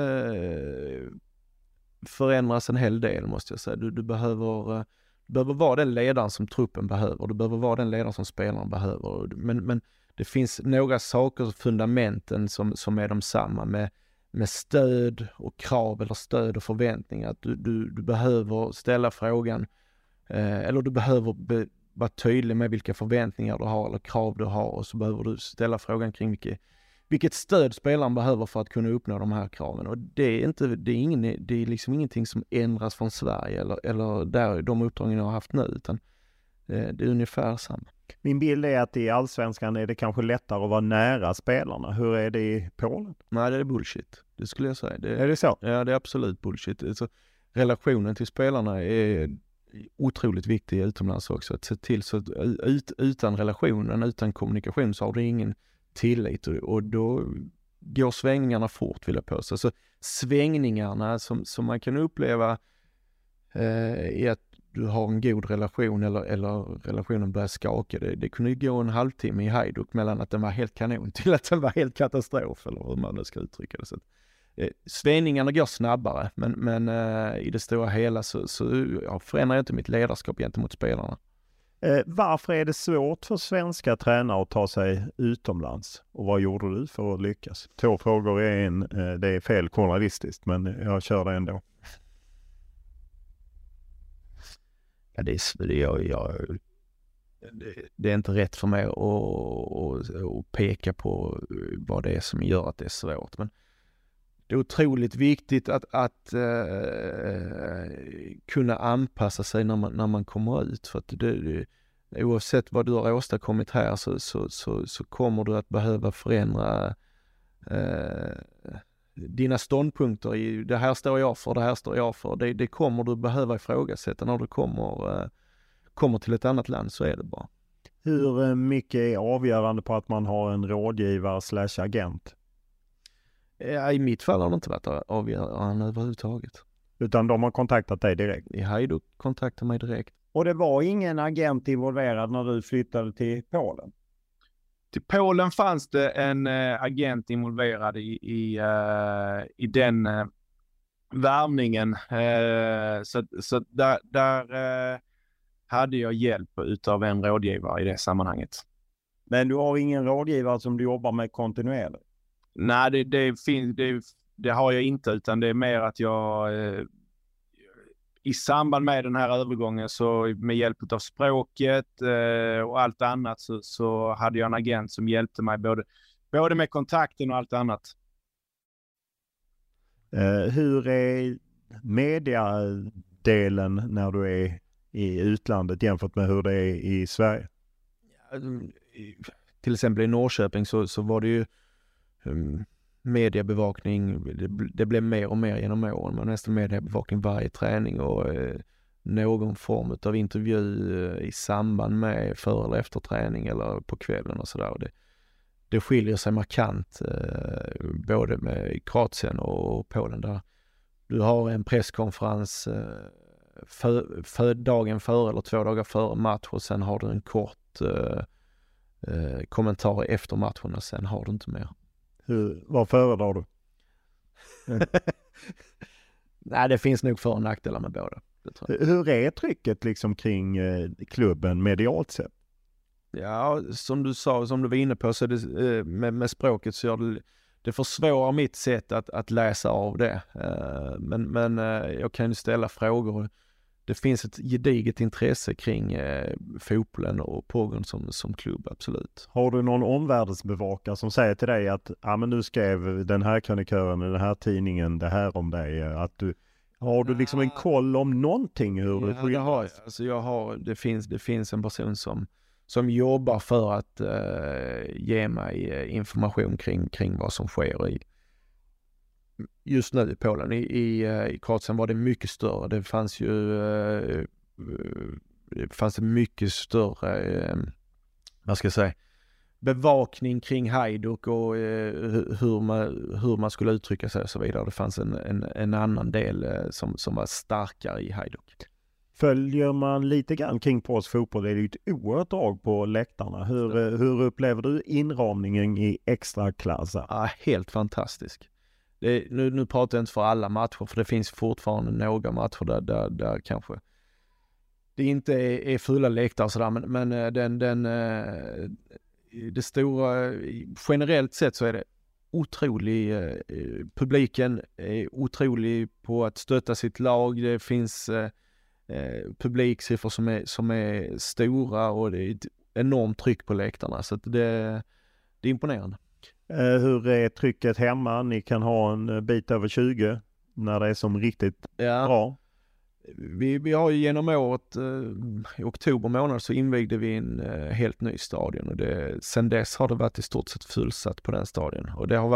förändras en hel del, måste jag säga. Du behöver vara den ledaren som truppen behöver. Du behöver vara den ledaren som spelaren behöver. Men det finns några saker, fundamenten som är de samma med stöd och krav eller stöd och förväntningar. Att du behöver ställa frågan eller du behöver vara tydlig med vilka förväntningar du har eller krav du har, och så behöver du ställa frågan kring vilket stöd spelaren behöver för att kunna uppnå de här kraven. Och det är liksom ingenting som ändras från Sverige eller där de uppdragen jag har haft nu, utan det är ungefär samma. Min bild är att i Allsvenskan är det kanske lättare att vara nära spelarna. Hur är det i Polen? Nej, det är bullshit. Det skulle jag säga. Är det så? Ja, det är absolut bullshit. Alltså, relationen till spelarna är otroligt viktig utomlands också. Att se till så att utan relationen, utan kommunikation så har du ingen tillit, och då går svängningarna fort, vill jag påstå. Så svängningarna som man kan uppleva är att du har en god relation eller relationen börjar skaka. Det kunde ju gå en halvtimme i Hajduk mellan att den var helt kanon till att den var helt katastrof, eller hur man nu ska uttrycka det. Så svängningarna går snabbare, men i det stora hela så förändrar jag inte mitt ledarskap gentemot spelarna. Varför är det svårt för svenska tränare att ta sig utomlands? Och vad gjorde du för att lyckas? 2 frågor är en. Det är fel journalistiskt, men jag kör det ändå. Ja, det är inte rätt för mig att peka på vad det är som gör att det är svårt. Men det är otroligt viktigt att kunna anpassa sig när man kommer ut. För att oavsett vad du har åstadkommit här så kommer du att behöva förändra dina ståndpunkter i det här står jag för, det här står jag för. Det kommer du behöva ifrågasätta när du kommer till ett annat land, så är det bara. Hur mycket är avgörande på att man har en rådgivare/agent? I mitt fall har det inte varit avgörande överhuvudtaget. Utan de har kontaktat dig direkt? I Hajduk kontaktade mig direkt. Och det var ingen agent involverad när du flyttade till Polen? Till Polen fanns det en agent involverad i den värvningen. Så där hade jag hjälp utav en rådgivare i det sammanhanget. Men du har ingen rådgivare som du jobbar med kontinuerligt? Nej, det har jag inte, utan det är mer att jag i samband med den här övergången, så med hjälp av språket och allt annat, så hade jag en agent som hjälpte mig både med kontakten och allt annat. Hur är mediadelen när du är i utlandet jämfört med hur det är i Sverige? Till exempel i Norrköping så var det ju mediebevakning, det blev mer och mer genom åren. Man nästan mediebevakning varje träning och någon form av intervju i samband med för- eller efter träning eller på kvällen och sådär. Det skiljer sig markant både med Kroatien och Polen, där du har en presskonferens dagen före eller 2 dagar före match, och sen har du en kort kommentar efter matchen, och sen har du inte mer. Vad föredrar du? Nej, det finns nog för- och nackdelar med båda. Hur är trycket liksom kring klubben medialt sett? Ja, som du sa, som du var inne på, så är det, med språket så gör det försvårar mitt sätt att läsa av det. Men jag kan ju ställa frågor. Det finns ett gediget intresse kring fotbollen och Pogon som klubb, absolut. Har du någon omvärldsbevakare som säger till dig att men nu skrev den här kronikören i den här tidningen det här om dig? Har du liksom en koll om någonting? Hur det har jag. Alltså det finns en person som jobbar för att ge mig information kring vad som sker. just nu i Polen. I Kroatien var det mycket större. Det fanns ju mycket större, vad ska jag säga, bevakning kring Hajduk och hur man skulle uttrycka sig och så vidare. Det fanns en annan del som var starkare i Hajduk. Följer man lite grann kring polsk fotboll, är det ju ett oerhört drag på läktarna. Hur upplever du inramningen i extra klasser? Ja, helt fantastisk. Nu pratar jag inte för alla matcher, för det finns fortfarande några matcher där kanske det inte är fulla läktare och sådär, men det stora, generellt sett så är det otrolig, publiken är otrolig på att stötta sitt lag. Det finns publiksiffror som är stora och det är ett enormt tryck på läktarna, så att det är imponerande. Hur är trycket hemma? Ni kan ha en bit över 20 när det är som riktigt bra. Vi har ju genom året, i oktober månad så invigde vi en helt ny stadion, och sen dess har det varit i stort sett fullsatt på den stadion, och det har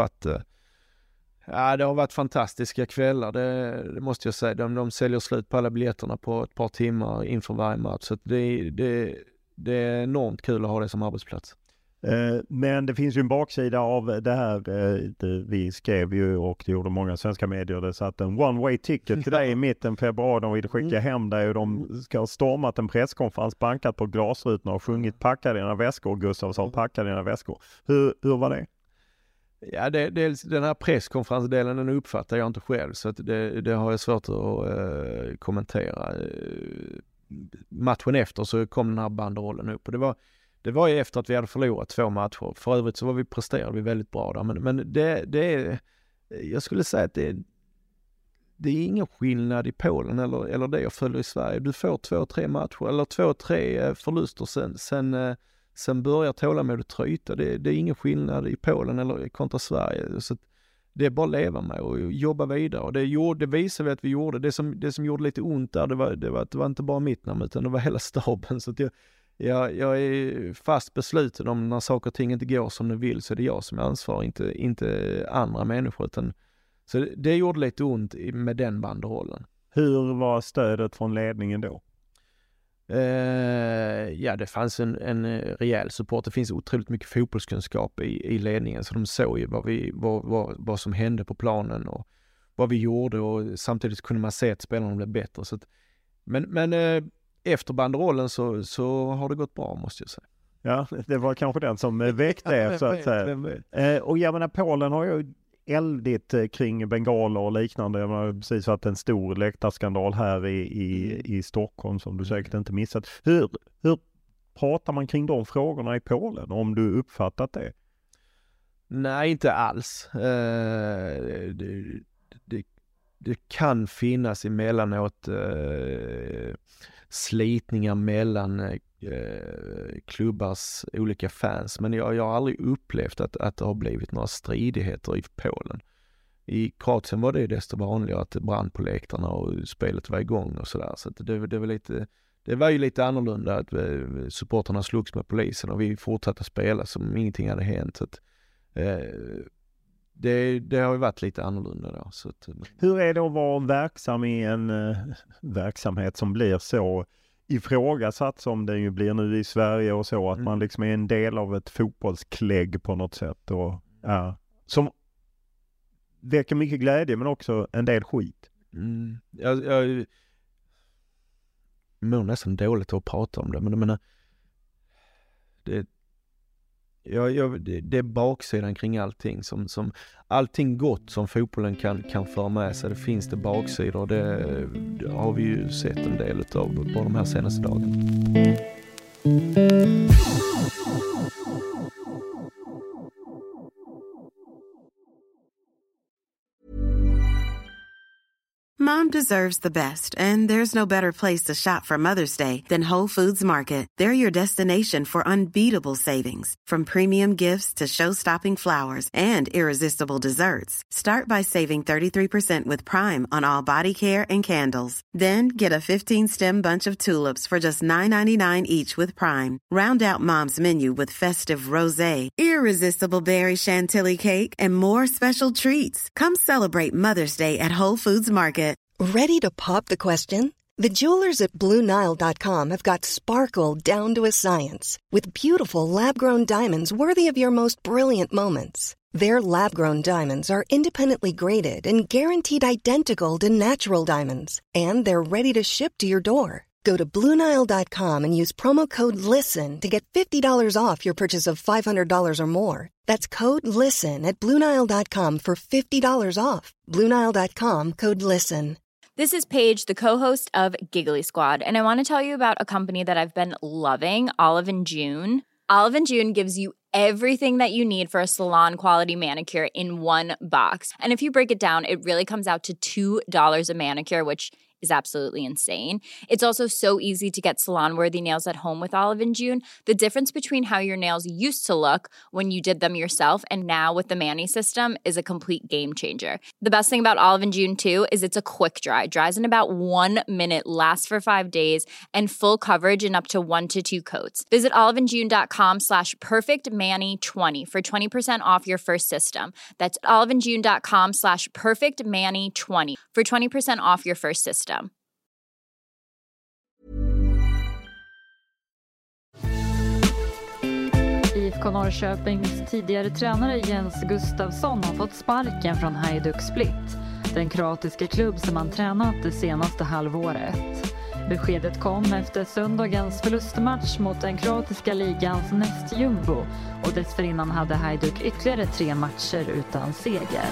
varit fantastiska kvällar, det måste jag säga. De säljer slut på alla biljetterna på ett par timmar inför varje match, så att det är enormt kul att ha det som arbetsplats. Men det finns ju en baksida av det här. Vi skrev ju, och det gjorde många svenska medier, det satt en one-way ticket till dig i mitten februari. De ville skicka hem dig och de ska ha stormat en presskonferens, bankat på glasrutorna och sjungit "Packa dina väskor", Gustafsson, "Packa dina väskor". Hur var det? Ja, den här presskonferensdelen, den uppfattar jag inte själv, så att det har jag svårt att kommentera. Matchen efter så kom den här banderollen upp, och det var ju efter att vi hade förlorat 2 matcher. För övrigt så presterade vi väldigt bra där. Men det är, jag skulle säga att det är ingen skillnad i Polen eller det jag följer i Sverige. Du får 2-3 matcher eller 2-3 förluster sen börjar tålamodet tryta. Det är ingen skillnad i Polen eller kontra Sverige. Så det är bara att leva med och jobba vidare. Och det visar vi att vi gjorde. Det som gjorde lite ont där, det var inte bara mitt namn, utan det var hela staben. Så att jag är fast besluten om när saker och ting inte går som det vill, så är det jag som är ansvarig, inte andra människor. Så det gjorde lite ont med den banderollen. Hur var stödet från ledningen då? Det fanns en rejäl support. Det finns otroligt mycket fotbollskunskap i ledningen, så de såg ju vad som hände på planen och vad vi gjorde, och samtidigt kunde man se att spelarna blev bättre. Så att, men efter banderollen så har det gått bra, måste jag säga. Ja, det var kanske den som väckte er, så att säga. Och jag menar, Polen har ju eldigt kring bengaler och liknande. Jag har precis varit en stor läktarskandal här i Stockholm som du säkert inte missat. Hur pratar man kring de frågorna i Polen, om du uppfattat det? Nej, inte alls. Det kan finnas emellanåt slitningar mellan klubbars olika fans, men jag har aldrig upplevt att det har blivit några stridigheter i Polen. I Kroatien var det desto vanligare att det brann på läktarna och spelet var igång och sådär, så att det var ju lite annorlunda att supporterna slogs med polisen och vi fortsatte spela som ingenting hade hänt, så att det har ju varit lite annorlunda då. Så att, hur är det att vara verksam i en verksamhet som blir så ifrågasatt som det ju blir nu i Sverige och så, att man liksom är en del av ett fotbollsklägg på något sätt, och som väcker mycket glädje men också en del skit. Jag mår nästan dåligt att prata om det, men jag menar, det är baksidan kring allting som allting gott som fotbollen kan föra med sig. Det finns det baksidor, det har vi ju sett en del av på de här senaste dagarna. Mom deserves the best, and there's no better place to shop for Mother's Day than Whole Foods Market. They're your destination for unbeatable savings, from premium gifts to show-stopping flowers and irresistible desserts. Start by saving 33% with Prime on all body care and candles. Then get a 15-stem bunch of tulips for just $9.99 each with Prime. Round out Mom's menu with festive rosé, irresistible berry chantilly cake, and more special treats. Come celebrate Mother's Day at Whole Foods Market. Ready to pop the question? The jewelers at BlueNile.com have got sparkle down to a science with beautiful lab-grown diamonds worthy of your most brilliant moments. Their lab-grown diamonds are independently graded and guaranteed identical to natural diamonds, and they're ready to ship to your door. Go to BlueNile.com and use promo code LISTEN to get $50 off your purchase of $500 or more. That's code LISTEN at BlueNile.com for $50 off. BlueNile.com, code LISTEN. This is Paige, the co-host of Giggly Squad, and I want to tell you about a company that I've been loving, Olive & June. Olive & June gives you everything that you need for a salon-quality manicure in one box. And if you break it down, it really comes out to $2 a manicure, which is absolutely insane. It's also so easy to get salon-worthy nails at home with Olive & June. The difference between how your nails used to look when you did them yourself and now with the Mani system is a complete game changer. The best thing about Olive & June, too, is it's a quick dry. Dries in about 1 minute, lasts for 5 days, and full coverage in up to 1 to 2 coats. Visit oliveandjune.com/perfectmani20 for 20% off your first system. That's oliveandjune.com/perfectmani20 for 20% off your first system. IFK Norrköpings tidigare tränare Jens Gustafsson har fått sparken från Hajduk Split, den kroatiska klubb som han tränat det senaste halvåret. Beskedet kom efter söndagens förlustmatch mot den kroatiska ligans nästjumbo, och dessförinnan hade Hajduk ytterligare 3 matcher utan seger.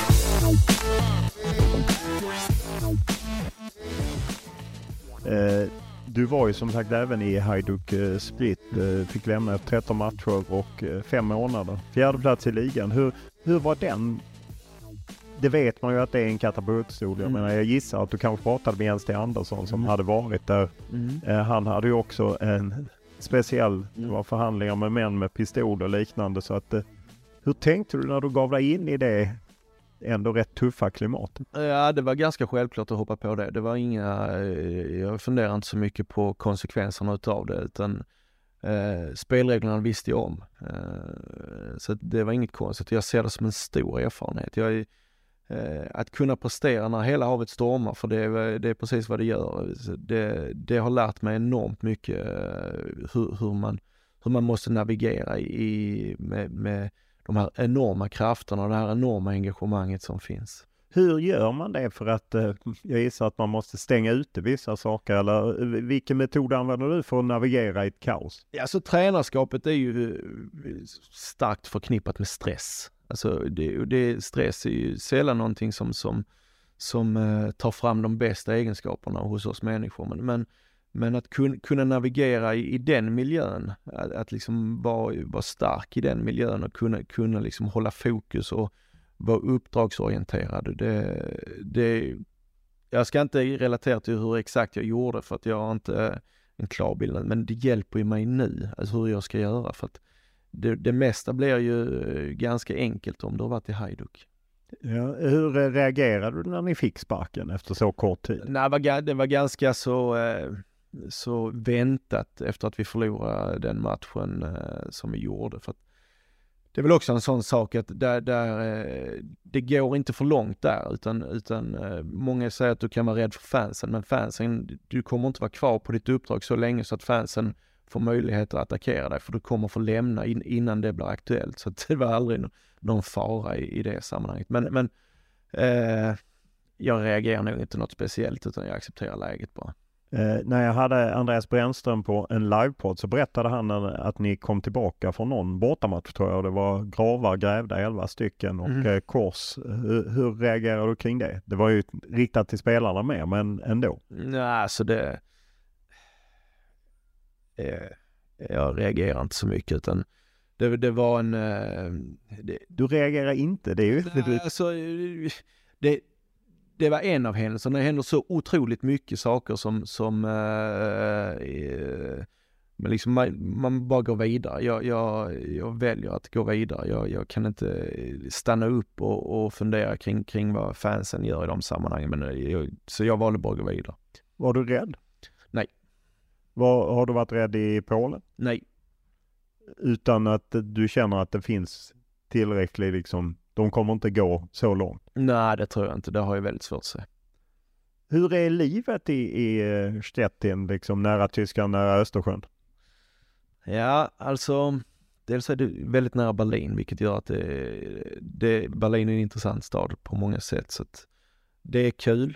Du var ju som sagt även i Hajduk Split, fick lämna 13 matcher och 5 månader. 4:e plats i ligan. Hur var den? Det vet man ju att det är en katapultstol. Jag gissar att du kanske pratade med Jens T. Andersson som hade varit där. Han hade ju också en speciell förhandlingar med män med pistol och liknande. Så att, hur tänkte du när du gav dig in i det ändå rätt tuffa klimatet? Ja, det var ganska självklart att hoppa på det. Det var jag funderade inte så mycket på konsekvenserna utav det, utan spelreglerna visste jag om. Så det var inget konstigt. Jag ser det som en stor erfarenhet. Att kunna prestera när hela havet stormar, för det är precis vad det gör. Det har lärt mig enormt mycket hur man måste navigera med de här enorma krafterna och det här enorma engagemanget som finns. Hur gör man det? För att jag gissar att man måste stänga ute vissa saker, eller vilken metod använder du för att navigera i ett kaos? Ja, så tränarskapet är ju starkt förknippat med stress. Alltså stress är ju sällan någonting som tar fram de bästa egenskaperna hos oss människor. Men att kunna navigera i den miljön, att liksom vara stark i den miljön och kunna liksom hålla fokus och vara uppdragsorienterad. Jag ska inte relatera till hur exakt jag gjorde, för att jag har inte en klar bild, men det hjälper ju mig nu, alltså hur jag ska göra, för att det mesta blir ju ganska enkelt om du har varit i Hajduk. Ja, hur reagerade du när ni fick sparken efter så kort tid? Nej, det var ganska så väntat efter att vi förlorade den matchen som vi gjorde. För att det är väl också en sån sak att där det går inte för långt där, utan många säger att du kan vara rädd för fansen, men fansen, du kommer inte vara kvar på ditt uppdrag så länge så att fansen får möjlighet att attackera dig, för du kommer få lämna innan det blir aktuellt. Så det var aldrig någon fara i det sammanhanget. Men jag reagerar nog inte något speciellt, utan jag accepterar läget bara. När jag hade Andreas Brännström på en livepodd så berättade han att ni kom tillbaka från någon bortamatch, tror jag. Det var gravar grävda 11 stycken och kors. Hur reagerar du kring det? Det var ju riktat till spelarna med, men ändå. Nej, så jag reagerar inte så mycket, utan det var en... Du reagerar inte, det är ju... Alltså, det var en av händelserna. Det händer så otroligt mycket saker som men liksom man bara går vidare. Jag väljer att gå vidare. Jag kan inte stanna upp och fundera kring vad fansen gör i de sammanhangen. Så jag valde bara att gå vidare. Var du rädd? Nej. Har du varit rädd i Polen? Nej. Utan att du känner att det finns tillräckligt liksom, de kommer inte gå så långt? Nej, det tror jag inte. Det har jag väldigt svårt att säga. Hur är livet i Stettin, liksom nära Tyskland, nära Östersjön? Ja, alltså dels är det väldigt nära Berlin, vilket gör att Berlin är en intressant stad på många sätt, så att det är kul.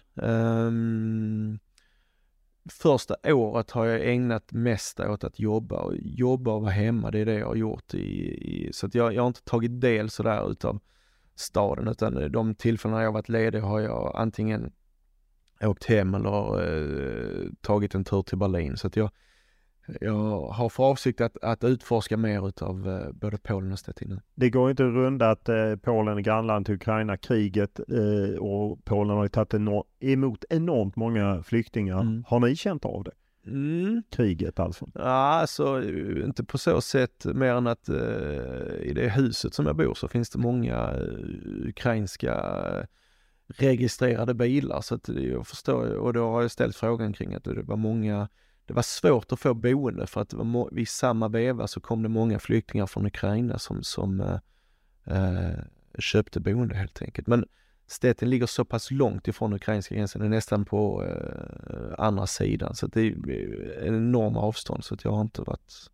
Första året har jag ägnat mest åt att jobba och vara hemma. Det är det jag har gjort så att jag har inte tagit del sådär utav staden, utan de tillfällen jag har varit ledig har jag antingen åkt hem eller tagit en tur till Berlin. Så att jag har för avsikt att utforska mer utav både Polen och Stettin. Det går inte att runda att Polen är grannland till Ukraina, kriget, och Polen har ju tagit emot enormt många flyktingar. Har ni känt av det? Kriget alltså? Ja, alltså inte på så sätt, mer än att i det huset som jag bor så finns det många ukrainska registrerade bilar, så att jag förstår, och då har jag ställt frågan kring att det var svårt att få boende, för att vid samma veva så kom det många flyktingar från Ukraina som köpte boende helt enkelt. Men Stettin ligger så pass långt ifrån ukrainska gränsen, det är nästan på andra sidan, så att det är en enorm avstånd, så att jag har inte varit...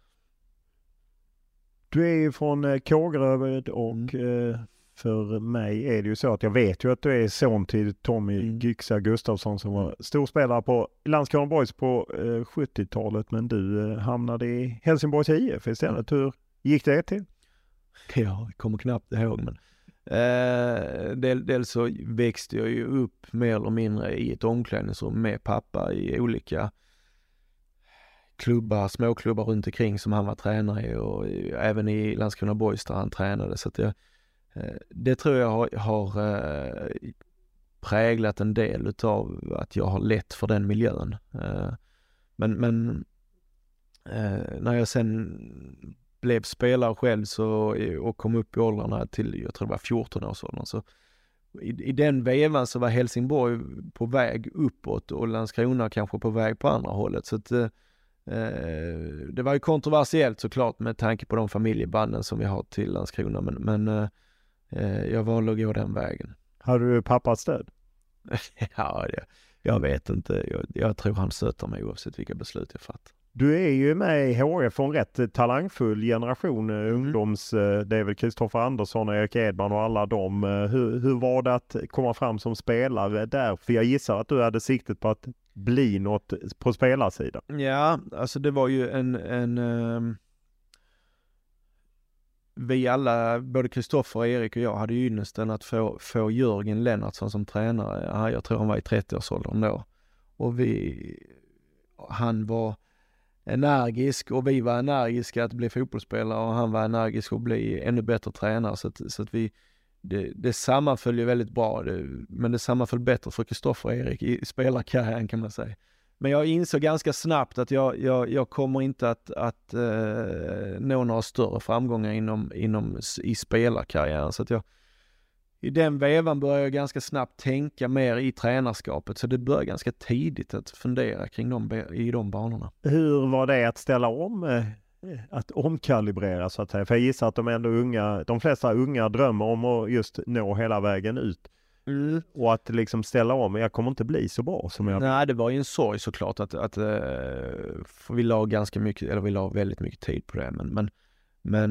Du är ju från Kågeröd och för mig är det ju så att jag vet ju att du är son till Tommy Gyxa Gustafsson som var storspelare på Landskrona Boys på 70-talet, men du hamnade i Helsingborgs IF istället. Hur gick det till? Ja, jag kommer knappt ihåg, men dels så växte jag ju upp mer eller mindre i ett omklädningsrum med pappa i olika klubbar, småklubbar runt omkring som han var tränare i, och även i Landskrona Boys där han tränade, så att det tror jag har präglat en del utav att jag har lätt för den miljön. Men när jag sen blev spelare själv och kom upp i åldrarna till, jag tror det var 14 års åldern, så i den vevan så var Helsingborg på väg uppåt och Landskrona kanske på väg på andra hållet, så att det var ju kontroversiellt såklart med tanke på de familjebanden som vi har till Landskrona, men jag valde att gå den vägen. Har du pappas stöd? Ja, jag vet inte. Jag tror han stöttar mig oavsett vilka beslut jag fattar. Du är ju med i HF för en rätt talangfull generation ungdoms. Det är väl Kristoffer Andersson och Erik Edman och alla dem. Hur var det att komma fram som spelare där? För jag gissar att du hade siktet på att bli något på spelarsidan. Ja, alltså det var ju vi alla, både Kristoffer och Erik och jag, hade ju ynnesten att få Jörgen Lennartsson som tränare. Jag tror han var i 30-årsåldern då. Och han var energisk och vi var energiska att bli fotbollsspelare, och han var energisk att bli ännu bättre tränare. Så att det sammanföll ju väldigt bra. Men det sammanföll bättre för Kristoffer och Erik i spelarkarriären, kan man säga. Men jag insåg ganska snabbt att jag kommer inte att nå några större framgångar i spelarkarriären. Så att i den vevan började jag ganska snabbt tänka mer i tränarskapet. Så det började ganska tidigt att fundera kring i de banorna. Hur var det att ställa om, att omkalibrera så att säga? För jag gissar att de flesta unga drömmer om att just nå hela vägen ut. Och att liksom ställa om, jag kommer inte bli så bra som jag... Nej, det var ju en sorg såklart att vi la ganska mycket, eller vi la väldigt mycket tid på det, men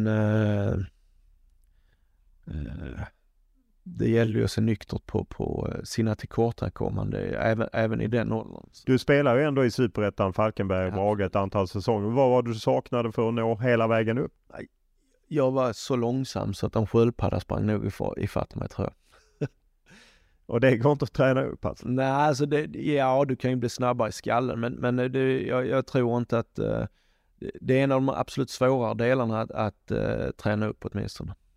det gäller ju att se nyktert på sina tillkortakommande även i den åldern. Du spelar ju ändå i Superettan, Falkenberg och Brage ett antal säsonger. Vad var du saknade för att nå hela vägen upp? Jag var så långsam så att en sköldpadda sprang nog ifatt mig, tror jag. Och det går inte att träna upp alltså? Nej, alltså du kan ju bli snabbare i skallen, men jag tror inte att det är en av de absolut svårare delarna att träna upp åtminstone.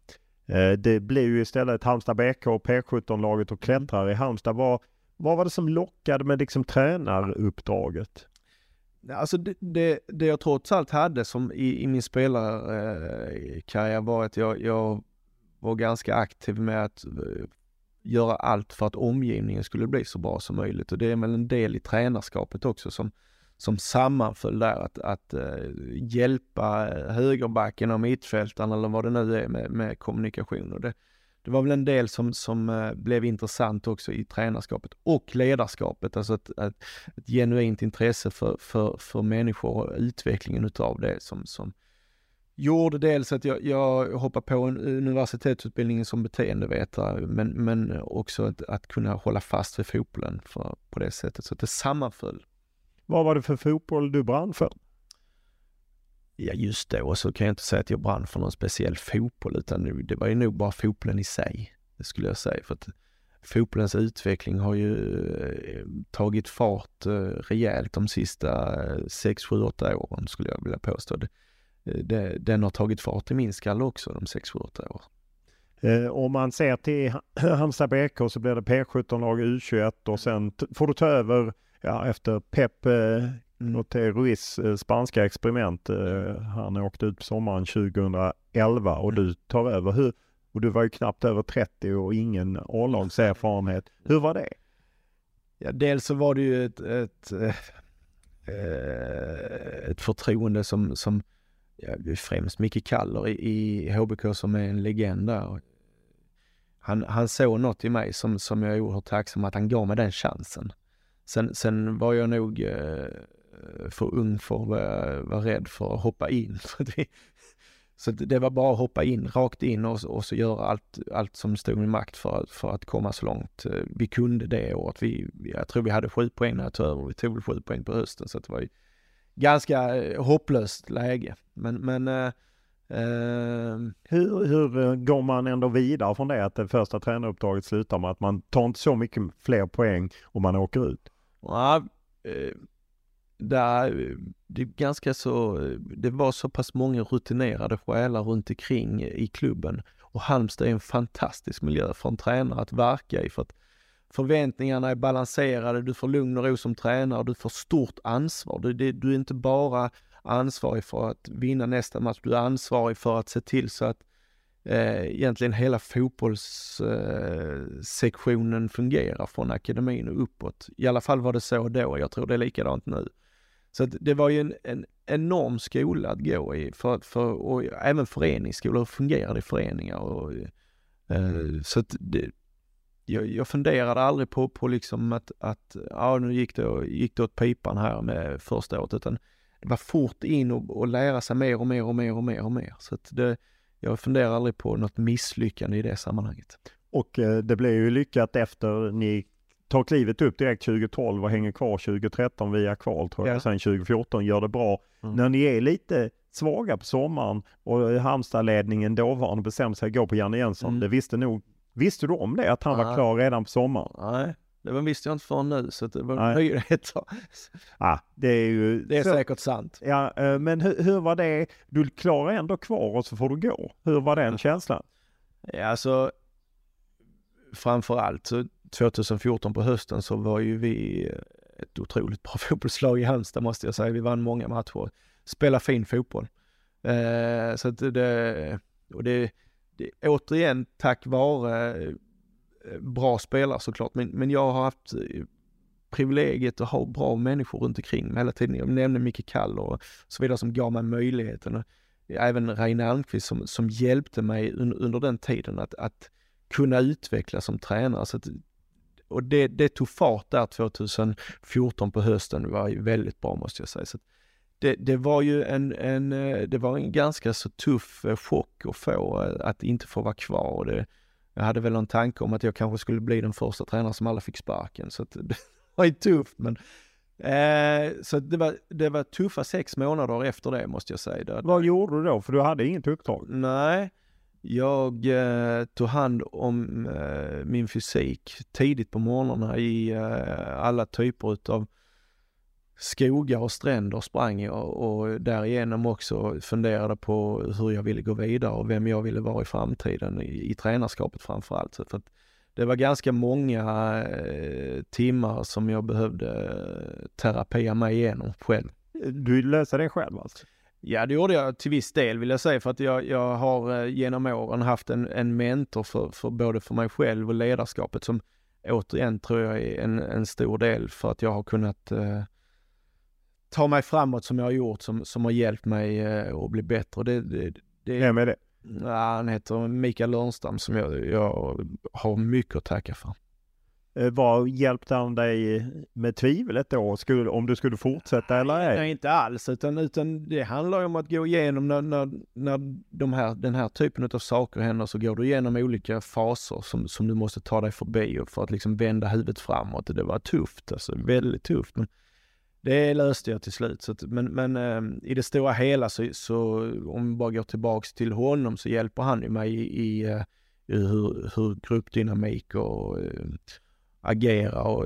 Det blev ju istället Halmstad BK och P17-laget och klättrar i Halmstad. Vad var det som lockade med liksom tränaruppdraget? Alltså det jag trots allt hade som i min spelarkarriär var att jag var ganska aktiv med att göra allt för att omgivningen skulle bli så bra som möjligt. Och det är väl en del i tränarskapet också som sammanföll där att hjälpa högerbacken och mittfältarna eller vad det nu är med kommunikation. Och det var väl en del som blev intressant också i tränarskapet och ledarskapet. Alltså ett genuint intresse för människor och utvecklingen utav det som gjorde dels att jag hoppade på en universitetsutbildning som beteendevetare men också att kunna hålla fast vid fotbollen på det sättet. Så att det sammanföll. Vad var det för fotboll du brann för? Ja, just då så kan jag inte säga att jag brann för någon speciell fotboll, utan det var ju nog bara fotbollen i sig, det skulle jag säga. För att fotbollens utveckling har ju tagit fart rejält de sista 6, 7, 8 åren skulle jag vilja påstå. Den har tagit fart i min skalle också de 6, 7, 8 år. Om man ser till Halmstad BK så blir det P17-lag U21 och sen får du ta över efter Pep Ruiz spanska experiment. Han åkte ut på sommaren 2011 och du tar över. Och du var ju knappt över 30 och ingen A-lagserfarenhet. Hur var det? Ja, dels så var det ju ett förtroende som främst Micke Kaller i HBK som är en legend där. Han såg något i mig som jag är oerhört tacksam att han gav mig den chansen. Sen var jag nog för ung för att vara rädd för att hoppa in. Så det var bara att hoppa in, rakt in och så göra allt som stod i makt för att komma så långt. Vi kunde det året. Jag tror vi hade 7 poäng när jag tog över. Vi tog väl 7 poäng på hösten, så det var ju ganska hopplöst läge. Men hur går man ändå vidare från det att det första tränaruppdraget slutar med att man tar inte så mycket fler poäng och man åker ut? Ja, det är ganska så, det var så pass många rutinerade själar runt omkring i klubben, och Halmstad är en fantastisk miljö för en tränare att verka i, för att förväntningarna är balanserade, du får lugn och ro som tränare, du får stort ansvar. Du är inte bara ansvarig för att vinna nästa match, du är ansvarig för att se till så att egentligen hela fotbollssektionen fungerar från akademin och uppåt. I alla fall var det så då, jag tror det är likadant nu. Så att det var ju en enorm skola att gå i, och även föreningsskolor fungerade i föreningar. Och, så att jag funderade aldrig på liksom att nu gick det åt pipan här med första året, utan det var fort in och lära sig mer och mer. Så att jag funderar aldrig på något misslyckande i det sammanhanget. Och det blev ju lyckat efter ni tar klivet upp direkt 2012 och hänger kvar 2013 via kval, tror jag. Ja. Sen 2014 gör det bra. När ni är lite svaga på sommaren och Halmstad-ledningen dåvarande bestämde sig att gå på Janne Jensson. Det visste du om det, att han var klar redan på sommaren? Nej, det visste jag inte förrän nu, så det var nyheter. Det är säkert sant. Ja, men hur var det? Du klarar ändå kvar och så får du gå. Hur var den känslan? Ja, alltså framförallt så 2014 på hösten så var ju vi ett otroligt bra fotbollslag i Halmstad, måste jag säga. Vi vann många matcher, spelade fin fotboll. Så att det återigen tack vare bra spelare såklart, men jag har haft privilegiet att ha bra människor runt omkring hela tiden. Jag nämnde Micke Kaller och så vidare som gav mig möjligheten. Även Reine Almqvist som hjälpte mig under den tiden att kunna utvecklas som tränare. Så att, och det tog fart där 2014 på hösten. Det var ju väldigt bra, måste jag säga. Så det var ju det var en ganska så tuff chock att få att inte få vara kvar. Jag hade väl en tanke om att jag kanske skulle bli den första tränaren som alla fick sparken. Så att det var ju tufft. Men, så det var tuffa 6 månader efter det, måste jag säga. Vad gjorde du då? För du hade inget uppdrag. Nej, jag tog hand om min fysik tidigt på morgnarna i alla typer av skogar och stränder sprang jag och därigenom också funderade på hur jag ville gå vidare och vem jag ville vara i framtiden i tränarskapet framförallt. Så för att det var ganska många timmar som jag behövde terapia mig igenom själv. Du löste det själv alltså? Ja, det gjorde jag till viss del vill jag säga, för att jag har genom åren haft en mentor för både för mig själv och ledarskapet som återigen tror jag är en stor del för att jag har kunnat ta mig framåt som jag har gjort, som har hjälpt mig att bli bättre. Vem är det? Ja, han heter Mikael Lörnstam som jag har mycket att tacka för. Vad hjälpte han dig med tvivlet då? Om du skulle fortsätta eller ej? Nej, inte alls. Utan det handlar om att gå igenom när den här typen av saker händer, så går du igenom olika faser som du måste ta dig förbi och för att liksom vända huvudet framåt. Det var tufft, alltså väldigt tufft. Men det löste jag till slut. Men i det stora hela så om vi bara går tillbaks till honom så hjälper han ju mig i hur gruppdynamik och agera och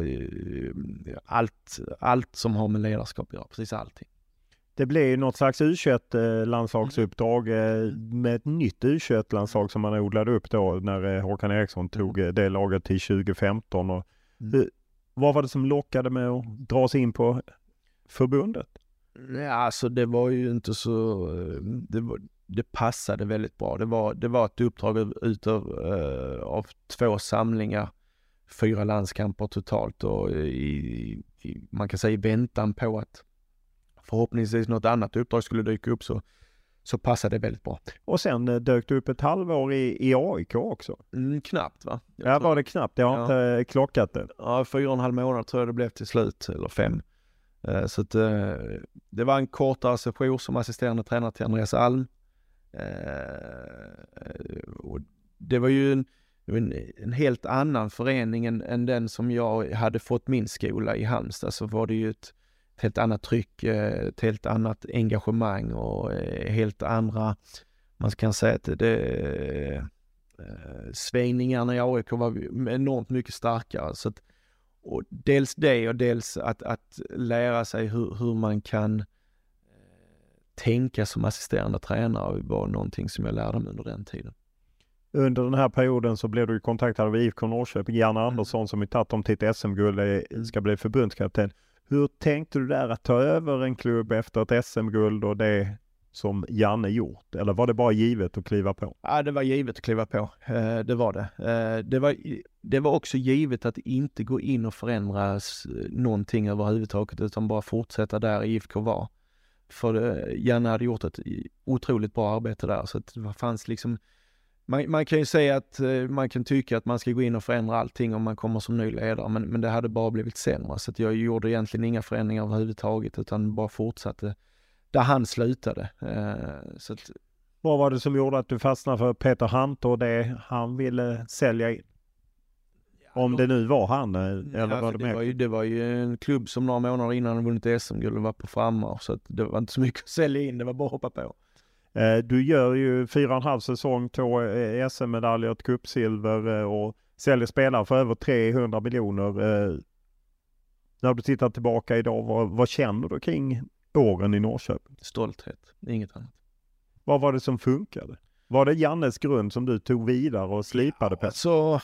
allt som har med ledarskap att göra, precis allting. Det blev något slags U21-landslagsuppdrag med ett nytt U21-landslag som man odlade upp då när Håkan Eriksson tog det laget till 2015. Och vad var det som lockade med att dra sig in på förbundet? Ja, alltså det var ju inte så... Det passade väldigt bra. Det var ett uppdrag av 2 samlingar, 4 landskamper totalt och man kan säga i väntan på att förhoppningsvis något annat uppdrag skulle dyka upp så passade det väldigt bra. Och sen dök du upp ett halvår i AIK också? Knappt va? Ja, var det knappt? Jag har inte klockat det. Ja, 4,5 månader tror jag det blev till slut, eller 5. Så att, det var en kortare session som assisterande tränare till Andreas Alm. Och det var ju en helt annan förening än den som jag hade fått min skola i Halmstad. Så var det ju ett helt annat tryck, ett helt annat engagemang och helt andra, man kan säga att svängningarna i AIK var enormt mycket starkare. Så att, och dels det och dels att lära sig hur man kan tänka som assisterande tränare var någonting som jag lärde mig under den tiden. Under den här perioden så blev du kontaktad av IFK Norrköping. Janne Andersson som i tagit dem till ett SM-guld ska bli förbundskapten. Hur tänkte du där att ta över en klubb efter ett SM-guld och det som Janne gjort? Eller var det bara givet att kliva på? Ja, det var givet att kliva på. Det var det. Det var också givet att inte gå in och förändra någonting överhuvudtaget utan bara fortsätta där IFK var. För Janne hade gjort ett otroligt bra arbete där. Så att det fanns liksom... Man kan ju säga att man kan tycka att man ska gå in och förändra allting om man kommer som ny ledare. Men det hade bara blivit sämre. Så att jag gjorde egentligen inga förändringar överhuvudtaget utan bara fortsatte där han slutade. Så att... Vad var det som gjorde att du fastnade för Peter Hant och det han ville sälja in? Om det nu var han eller var det var ju en klubb som några månader innan han vunnit SM-guld och var på frammarsch. Så att det var inte så mycket att sälja in, det var bara att hoppa på. Du gör ju 4,5 säsong, 2 SM-medaljer, ett cupsilver och säljer spelare för över 300 miljoner. När du tittar tillbaka idag, vad känner du kring åren i Norrköping? Stolthet, inget annat. Vad var det som funkade? Var det Jannes grund som du tog vidare och slipade på? Så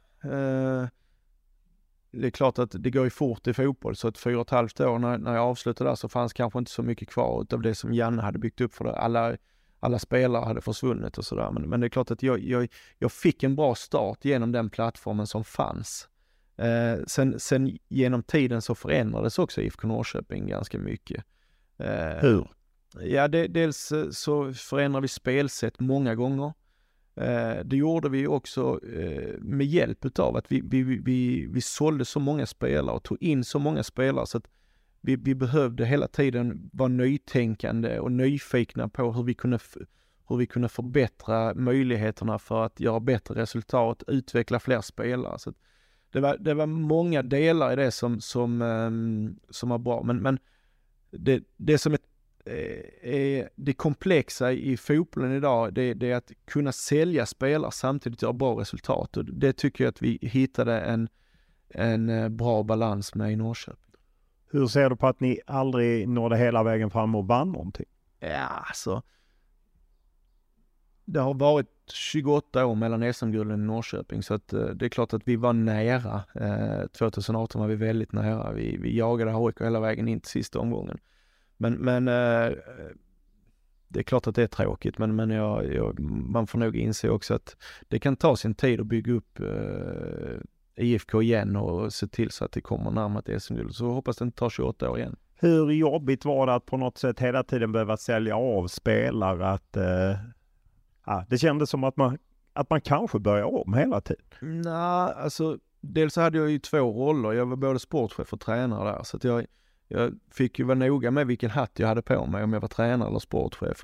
det är klart att det går ju fort i fotboll, så att 4,5 år när jag avslutade där så fanns kanske inte så mycket kvar av det som Janne hade byggt upp för det. Alla spelare hade försvunnit och sådär. Men det är klart att jag fick en bra start genom den plattformen som fanns. Sen genom tiden så förändrades också IFK Norrköping ganska mycket. Hur? Ja, dels så förändrade vi spelsätt många gånger. Det gjorde vi också med hjälp av att vi sålde så många spelare och tog in så många spelare så att vi behövde hela tiden vara nytänkande och nyfikna på hur vi kunde förbättra möjligheterna för att göra bättre resultat, utveckla fler spelare. Så det var många delar i det som var bra. Men det som är det komplexa i fotbollen idag, det är att kunna sälja spelare samtidigt göra bra resultat. Och det tycker jag att vi hittade en bra balans med i Norrköping. Hur ser du på att ni aldrig nådde hela vägen fram och vann någonting? Ja, alltså. Det har varit 28 år mellan SM-gulden i Norrköping, så att det är klart att vi var nära. 2018 var vi väldigt nära. Vi jagade HIK hela vägen in till sista omgången. Men det är klart att det är tråkigt, men man får nog inse också att det kan ta sin tid att bygga upp IFK igen och se till så att det kommer närmare ett SM-guld. Så hoppas det inte tar 28 år igen. Hur jobbigt var det att på något sätt hela tiden behöva sälja av spelare? Att det kändes som att man kanske börjar om hela tiden. Nej, alltså dels så hade jag ju 2 roller. Jag var både sportchef och tränare där. Så att jag fick ju vara noga med vilken hatt jag hade på mig, om jag var tränare eller sportchef.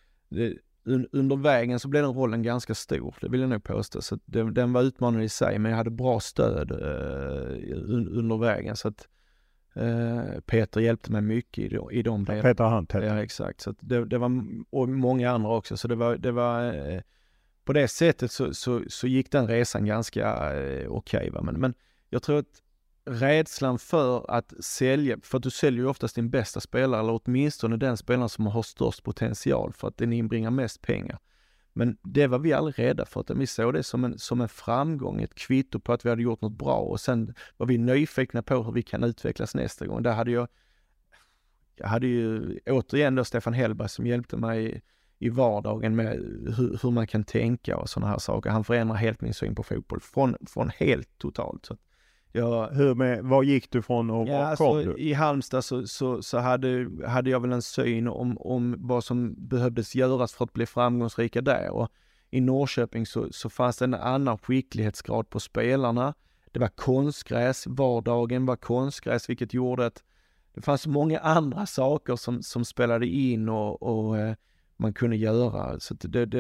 Under vägen så blev den rollen ganska stor, det vill jag nog påstå. Så den var utmanande i sig, men jag hade bra stöd under vägen. Så att Peter hjälpte mig mycket i de delarna. Peter Hunt. Ja, exakt. Så att det var, och många andra också. Så det var på det sättet så gick den resan ganska okej. Men jag tror att rädslan för att sälja, för att du säljer ju oftast din bästa spelare, eller åtminstone den spelaren som har störst potential, för att den inbringar mest pengar. Men det var vi aldrig rädda för, att vi såg det som en framgång, ett kvitto på att vi hade gjort något bra, och sen var vi nyfikna på hur vi kan utvecklas nästa gång. Där hade jag hade ju återigen då Stefan Hellberg som hjälpte mig i vardagen med hur man kan tänka och sådana här saker. Han förändrar helt min syn på fotboll från helt totalt. Så vad gick du från och var kom du? I Halmstad så hade jag väl en syn om vad som behövdes göras för att bli framgångsrika där, och i Norrköping så fanns det en annan skicklighetsgrad på spelarna. Det var konstgräs, vardagen var konstgräs, vilket gjorde att det fanns många andra saker som spelade in och man kunde göra. Så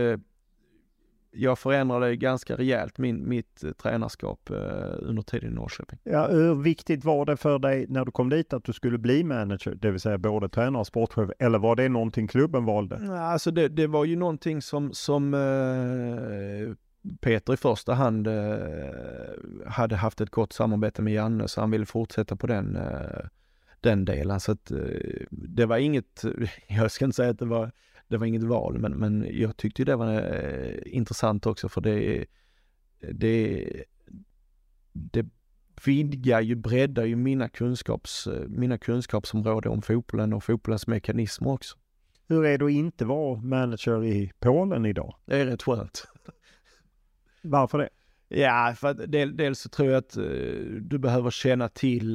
jag förändrade ganska rejält mitt tränarskap under tiden i Norrköping. Ja, hur viktigt var det för dig när du kom dit att du skulle bli manager, det vill säga både tränare och sportchef, eller var det någonting klubben valde? Alltså det var ju någonting som Peter i första hand hade haft ett gott samarbete med Janne, så han ville fortsätta på den delen. Så att det var inget, jag ska inte säga att det var inget val, men jag tyckte det var intressant också, för det vidgar ju, breddar ju mina kunskapsområden om fotbollen och fotbollens mekanismer också. Hur är det att inte vara manager i Polen idag? Det är rätt skönt. Varför det? Ja, för att dels så tror jag att du behöver känna till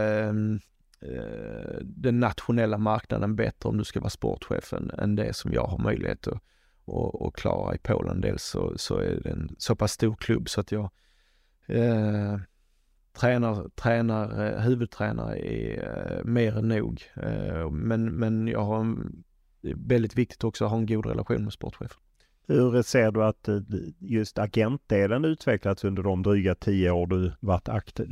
den nationella marknaden bättre om du ska vara sportchefen än det som jag har möjlighet att klara i Polen. Dels så är det en så pass stor klubb så att jag huvudtränare är mer än nog. Men jag har väldigt viktigt också att ha en god relation med sportchefen. Hur ser du att just agentdelen utvecklats under de dryga 10 år du varit aktiv?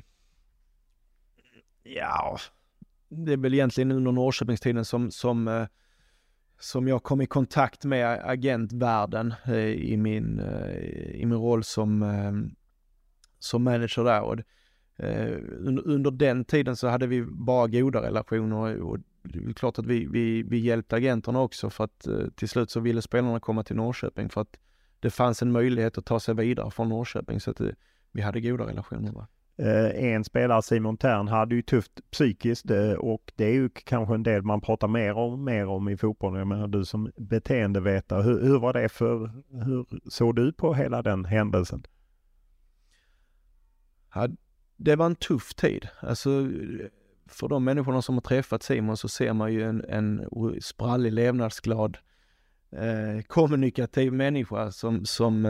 Ja, det är väl egentligen under Norrköpingstiden som jag kom i kontakt med agentvärlden i min roll som manager där. Och under den tiden så hade vi bara goda relationer, och det är klart att vi hjälpte agenterna också, för att till slut så ville spelarna komma till Norrköping för att det fanns en möjlighet att ta sig vidare från Norrköping, så att vi hade goda relationer. Va? En spelare, Simon Tern, hade ju tufft psykiskt, och det är ju kanske en del man pratar mer om i fotbollen. Jag menar, du som beteendevetare, hur var det hur såg du på hela den händelsen? Ja, det var en tuff tid. Alltså, för de människorna som har träffat Simon så ser man ju en sprallig, levnadsglad, kommunikativ människa som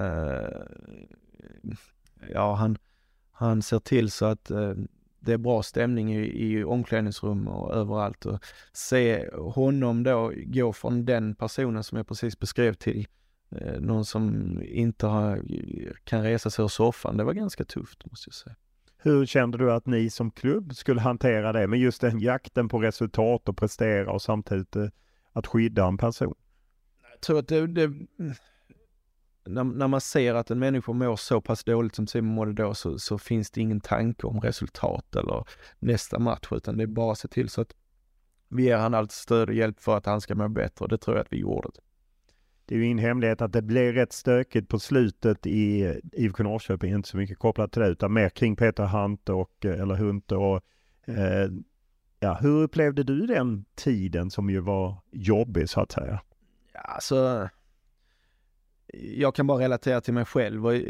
han ser till så att det är bra stämning i omklädningsrum och överallt, och se honom då gå från den personen som jag precis beskrev till någon som inte kan resa sig ur soffan. Det var ganska tufft, måste jag säga. Hur kände du att ni som klubb skulle hantera det med just den jakten på resultat och prestera, och samtidigt att skydda en person? Jag tror att när man ser att en människa mår så pass dåligt som Simon mådde då, så finns det ingen tanke om resultat eller nästa match, utan det är bara att se till så att vi ger han allt stöd och hjälp för att han ska må bättre. Det tror jag att vi gjorde. Det är ju ingen hemlighet att det blev rätt stökigt på slutet i IFK Norrköping, inte så mycket kopplat till det utan mer kring Peter Hunt och hur upplevde du den tiden som ju var jobbig så att säga? Ja, alltså, jag kan bara relatera till mig själv och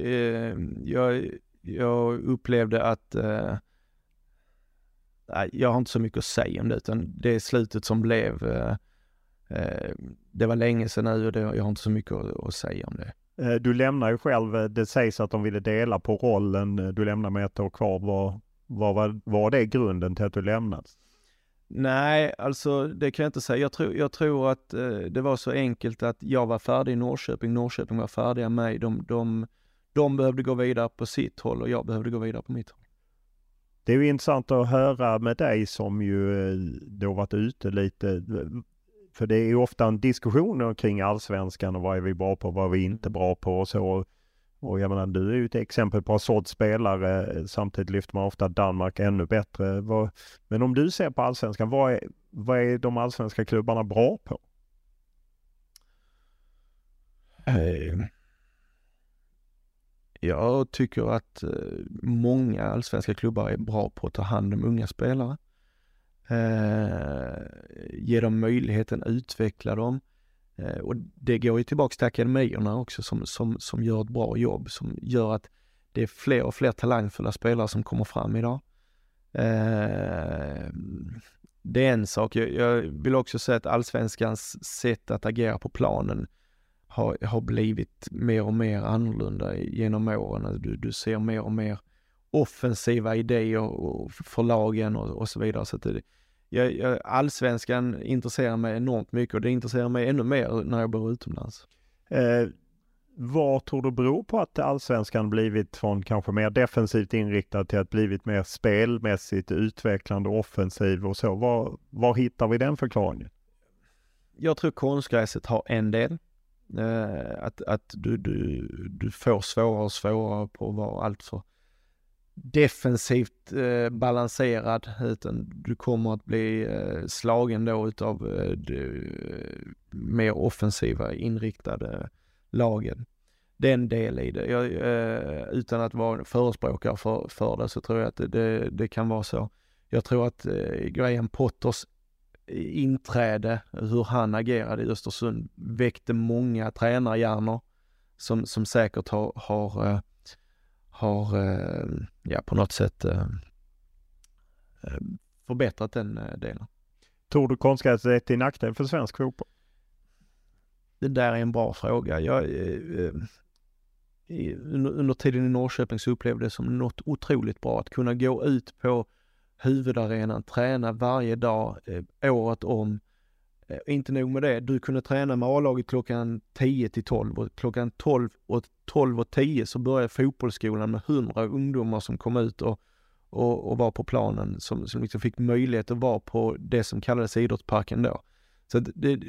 jag upplevde att jag har inte så mycket att säga om det, utan det är slutet som blev. Det var länge sedan nu och jag har inte så mycket att säga om det. Du lämnar ju själv, det sägs att de ville dela på rollen, du lämnar med 1 år kvar. Var det grunden till att du lämnade? Nej, alltså det kan jag inte säga. Jag tror att det var så enkelt att jag var färdig i Norrköping var färdiga med mig. De behövde gå vidare på sitt håll och jag behövde gå vidare på mitt håll. Det är ju intressant att höra med dig som ju då varit ute lite, för det är ju ofta en diskussion kring allsvenskan och vad är vi bra på, vad är vi inte bra på och så. Och jag menar, du är ju ett exempel på en sådd spelare, samtidigt lyfter man ofta Danmark ännu bättre. Men om du ser på allsvenskan, vad är de allsvenska klubbarna bra på? Jag tycker att många allsvenska klubbar är bra på att ta hand om unga spelare. Ge dem möjligheten att utveckla dem. Och det går ju tillbaka till akademierna också som gör ett bra jobb, som gör att det är fler och fler talangfulla spelare som kommer fram idag. Det är en sak. Jag vill också säga att allsvenskans sätt att agera på planen har blivit mer och mer annorlunda genom åren. Du ser mer och mer offensiva idéer för lagen och så vidare. Så att allsvenskan intresserar mig enormt mycket och det intresserar mig ännu mer när jag bor utomlands. Vad tror du beror på att allsvenskan blivit från kanske mer defensivt inriktad till att blivit mer spelmässigt utvecklande och offensiv och så? Var hittar vi den förklaringen? Jag tror konstgräset har en del. Att du får svårare och svårare på att vara allt för defensivt balanserad, utan du kommer att bli slagen då utav mer offensiva inriktade lagen. Det är en del i det. Utan att vara förespråkare för det, så tror jag att det kan vara så. Jag tror att Graham Potters inträde, hur han agerade i Östersund, väckte många tränarhjärnor som säkert har på något sätt förbättrat den delen. Tror du konstgräset är till nackdel för svensk fotboll? Det där är en bra fråga. Under tiden i Norrköping så upplevde det som något otroligt bra att kunna gå ut på huvudarenan, träna varje dag, året om. Inte nog med det, du kunde träna med A-laget klockan 10 till 12 och klockan 12:10 så började fotbollsskolan med 100 ungdomar som kom ut och var på planen, som liksom fick möjlighet att vara på det som kallades idrottsparken då. Så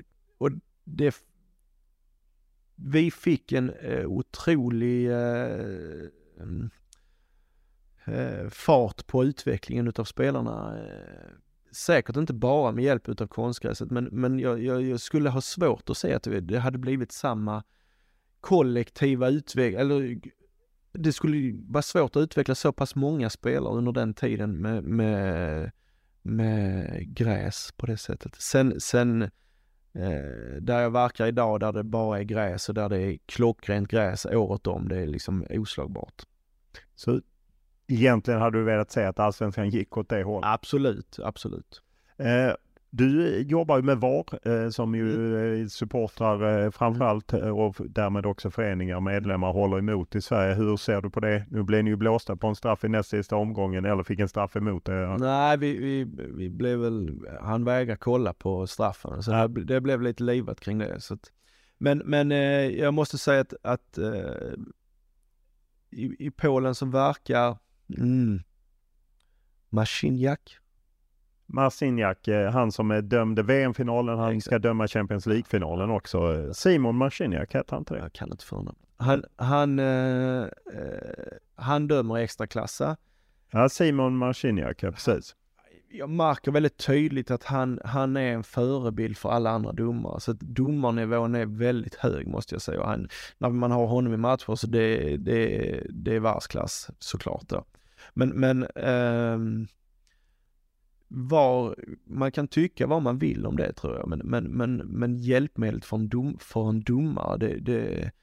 vi fick en otrolig fart på utvecklingen utav spelarna. Säkert inte bara med hjälp utav konstgräset, men jag skulle ha svårt att säga att det hade blivit samma kollektiva utveckling, eller det skulle vara svårt att utveckla så pass många spelare under den tiden med gräs på det sättet. Sen där jag verkar idag, där det bara är gräs och där det är klockrent gräs året om, det är liksom oslagbart. Så egentligen hade du velat säga att allsvenskan gick åt det hållet? Absolut. Du jobbar ju med VAR som ju supportrar framförallt och därmed också föreningar och medlemmar håller emot i Sverige. Hur ser du på det? Nu blev ni ju blåsta på en straff i näst sista omgången, eller fick en straff emot det? Nej, vi blev väl, han vägrade kolla på straffen, så det blev lite livat kring det. Så att, men jag måste säga att i Polen som verkar Marciniak, han som dömde VM-finalen, han ska döma Champions League-finalen också. Simon Marciniak, heter han inte det? Jag kan inte förnamn. Han dömer extra klassa. Ja, Simon Marciniak, precis. Jag märker väldigt tydligt att han är en förebild för alla andra domare. Så att domarnivån är väldigt hög, måste jag säga. När man har honom i matcher så det är världsklass såklart då. Men man kan tycka vad man vill om det, tror jag. Men hjälpmedlet för en domare,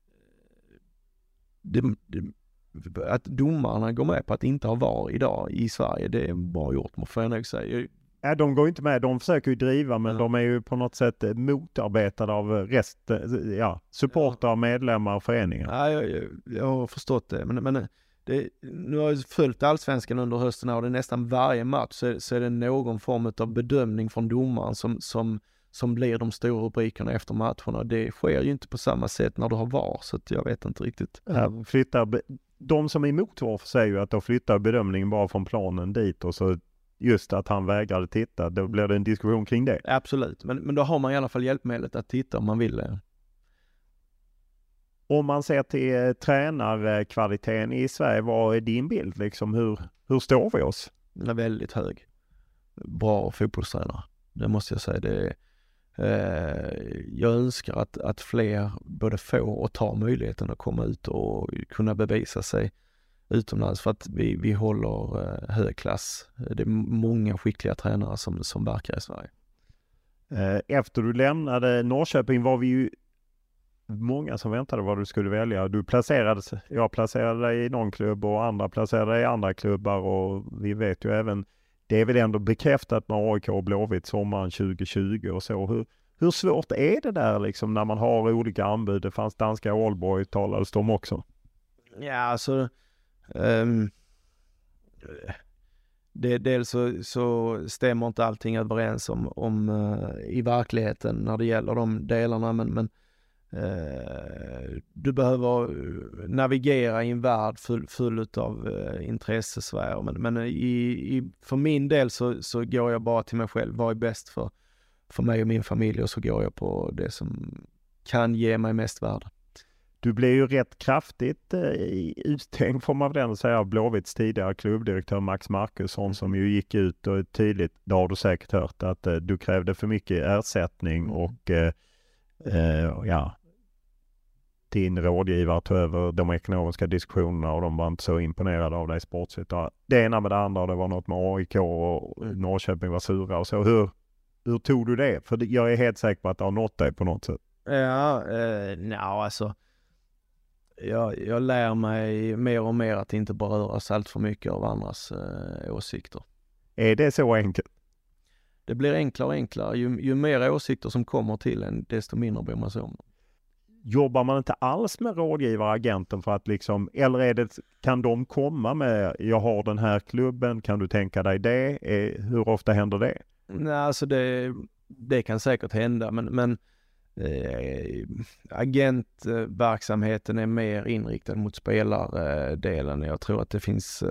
att domarna går med på att inte ha VAR idag i Sverige, det är bra gjort, får jag nog säga. Ja, de går inte med, de försöker ju driva, men de är ju på något sätt motarbetade av supportrar, medlemmar och föreningar. Ja, jag har förstått det, men nu har jag följt Allsvenskan under hösten och det är nästan varje match så är det någon form av bedömning från domaren som blir de stora rubrikerna efter matcherna. Det sker ju inte på samma sätt när du har VAR, så att jag vet inte riktigt. De som är emot VAR säger ju att då flyttar bedömningen bara från planen dit, och så just att han vägrade titta, då blir det en diskussion kring det. Absolut, men då har man i alla fall hjälpmedlet att titta om man vill det. Om man ser till tränarkvaliteten i Sverige, vad är din bild? Liksom, hur står vi oss? Den är väldigt hög. Bra fotbollstränare, det måste jag säga. Jag önskar att fler både får och tar möjligheten att komma ut och kunna bevisa sig utomlands, för att vi håller hög klass. Det är många skickliga tränare som verkar i Sverige. Efter du lämnade Norrköping var vi ju många som väntade vad du skulle välja. Jag placerade dig i någon klubb och andra placerade dig i andra klubbar, och vi vet ju även, det är väl ändå bekräftat med AIK och Blåvitt sommaren 2020 och så. Hur svårt är det där liksom när man har olika anbud? Det fanns danska Aalborg, talades de också? Ja, alltså dels så stämmer inte allting överens om i verkligheten när det gäller de delarna, men du behöver navigera i en värld full av intressesfär. Men för min del så går jag bara till mig själv. Vad är bäst för mig och min familj, och så går jag på det som kan ge mig mest värde. Du blev ju rätt kraftigt uttänkt, får man väl säga, av Blåvitts tidigare klubbdirektör Max Markusson, som ju gick ut och tydligt, det har du säkert hört, att du krävde för mycket ersättning och din rådgivare tog över de ekonomiska diskussionerna och de var inte så imponerade av dig sportsligt. Det ena med det andra, och det var något med AIK och Norrköping var sura och så. Hur tog du det? För jag är helt säker på att det har nått dig på något sätt. Alltså jag lär mig mer och mer att inte beröras allt för mycket av andras åsikter. Är det så enkelt? Det blir enklare och enklare. Ju mer åsikter som kommer till en, desto mindre bryr man sig om dem. Jobbar man inte alls med rådgivare-agenten för att liksom, eller kan de komma med, jag har den här klubben, kan du tänka dig det? Hur ofta händer det? Nej, alltså det kan säkert hända, men agentverksamheten är mer inriktad mot spelardelen. Jag tror att det finns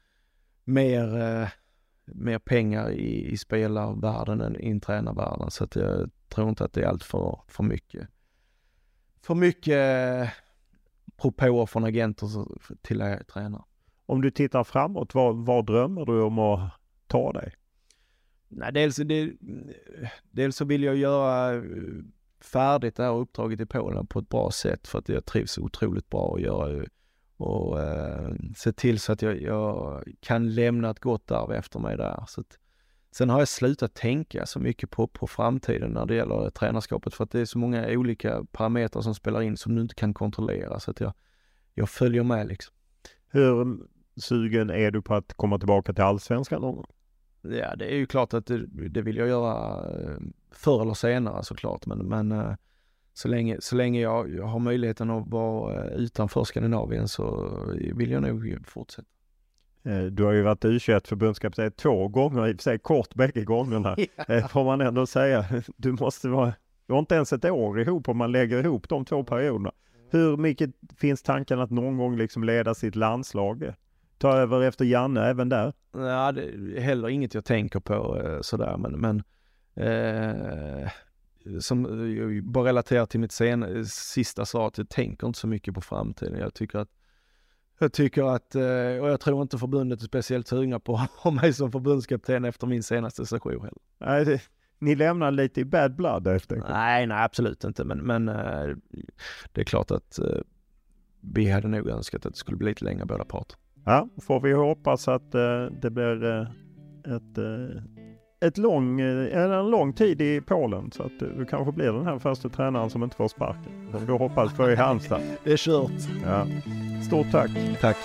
mer pengar i spelarvärlden än i tränarvärlden, så att jag tror inte att det är allt för mycket. För mycket propåer från agenter till tränare. Om du tittar framåt, vad drömmer du om att ta dig? Nej, dels så vill jag göra färdigt det här uppdraget i Polen på ett bra sätt, för att jag trivs otroligt bra att göra och se till så att jag kan lämna ett gott arv efter mig där. Så att, sen har jag slutat tänka så mycket på framtiden när det gäller tränarskapet, för att det är så många olika parametrar som spelar in som du inte kan kontrollera, så att jag följer med liksom. Hur sugen är du på att komma tillbaka till Allsvenskan någon gång? Ja, det är ju klart att det vill jag göra förr eller senare såklart, men så länge jag har möjligheten att vara utanför Skandinavien så vill jag nog fortsätta. Du har ju varit U21 förbundskapten 2 gånger, i och för sig kort bägge gångerna, får man ändå säga. Du har inte ens ett år ihop om man lägger ihop de 2 perioderna. Hur mycket finns tanken att någon gång liksom leda sitt landslag? Ta över efter Janne även där? Ja, det är heller inget jag tänker på sådär, men som bara relaterar till mitt sista svar, att jag tänker inte så mycket på framtiden. Jag tycker att och jag tror inte förbundet är speciellt sugna på att ha mig som förbundskapten efter min senaste session heller. Nej, ni lämnar lite i bad blood efter. Nej, absolut inte. Men det är klart att vi hade nog önskat att det skulle bli lite längre båda parter. Ja, får vi hoppas att det blir en lång tid i Polen, så att du kanske blir den här första tränaren som inte får sparken. Vi hoppas på i Halmstad. Det är kört. Ja. Stort tack. Tack.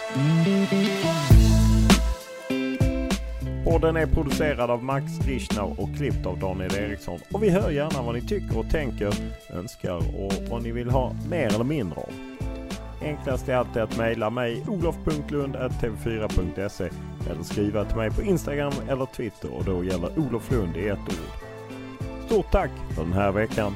Podden är producerad av Max Rischner och klippt av Daniel Eriksson. Och vi hör gärna vad ni tycker och tänker, önskar och vad ni vill ha mer eller mindre av. Enklast är alltid att mejla mig olof.lund@tv4.se eller skriva till mig på Instagram eller Twitter, och då gäller Olof Lund i ett ord. Stort tack för den här veckan.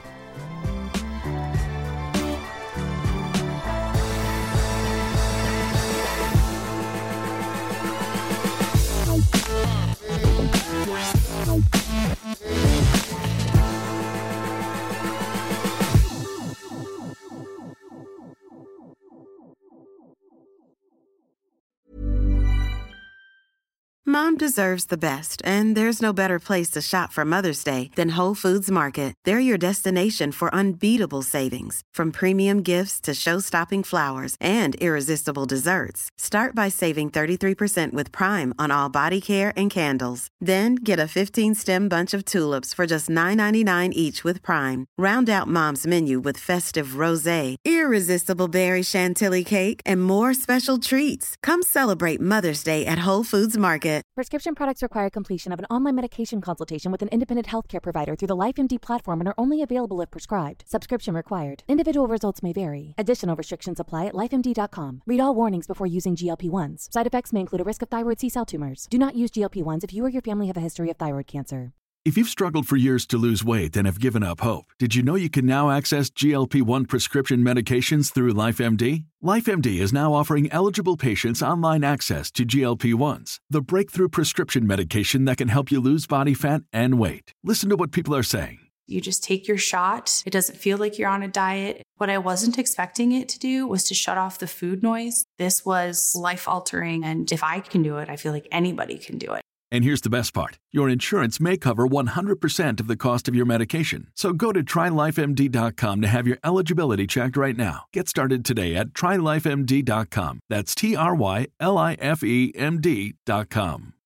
Mom deserves the best, and there's no better place to shop for Mother's Day than Whole Foods Market. They're your destination for unbeatable savings, from premium gifts to show-stopping flowers and irresistible desserts. Start by saving 33% with Prime on all body care and candles. Then get a 15-stem bunch of tulips for just $9.99 each with Prime. Round out Mom's menu with festive rosé, irresistible berry chantilly cake, and more special treats. Come celebrate Mother's Day at Whole Foods Market. Prescription products require completion of an online medication consultation with an independent healthcare provider through the LifeMD platform and are only available if prescribed. Subscription required. Individual results may vary. Additional restrictions apply at lifemd.com. Read all warnings before using GLP-1s. Side effects may include a risk of thyroid C-cell tumors. Do not use GLP-1s if you or your family have a history of thyroid cancer. If you've struggled for years to lose weight and have given up hope, did you know you can now access GLP-1 prescription medications through LifeMD? LifeMD is now offering eligible patients online access to GLP-1s, the breakthrough prescription medication that can help you lose body fat and weight. Listen to what people are saying. You just take your shot. It doesn't feel like you're on a diet. What I wasn't expecting it to do was to shut off the food noise. This was life-altering, and if I can do it, I feel like anybody can do it. And here's the best part. Your insurance may cover 100% of the cost of your medication. So go to TryLifeMD.com to have your eligibility checked right now. Get started today at TryLifeMD.com. That's TryLifeMD.com.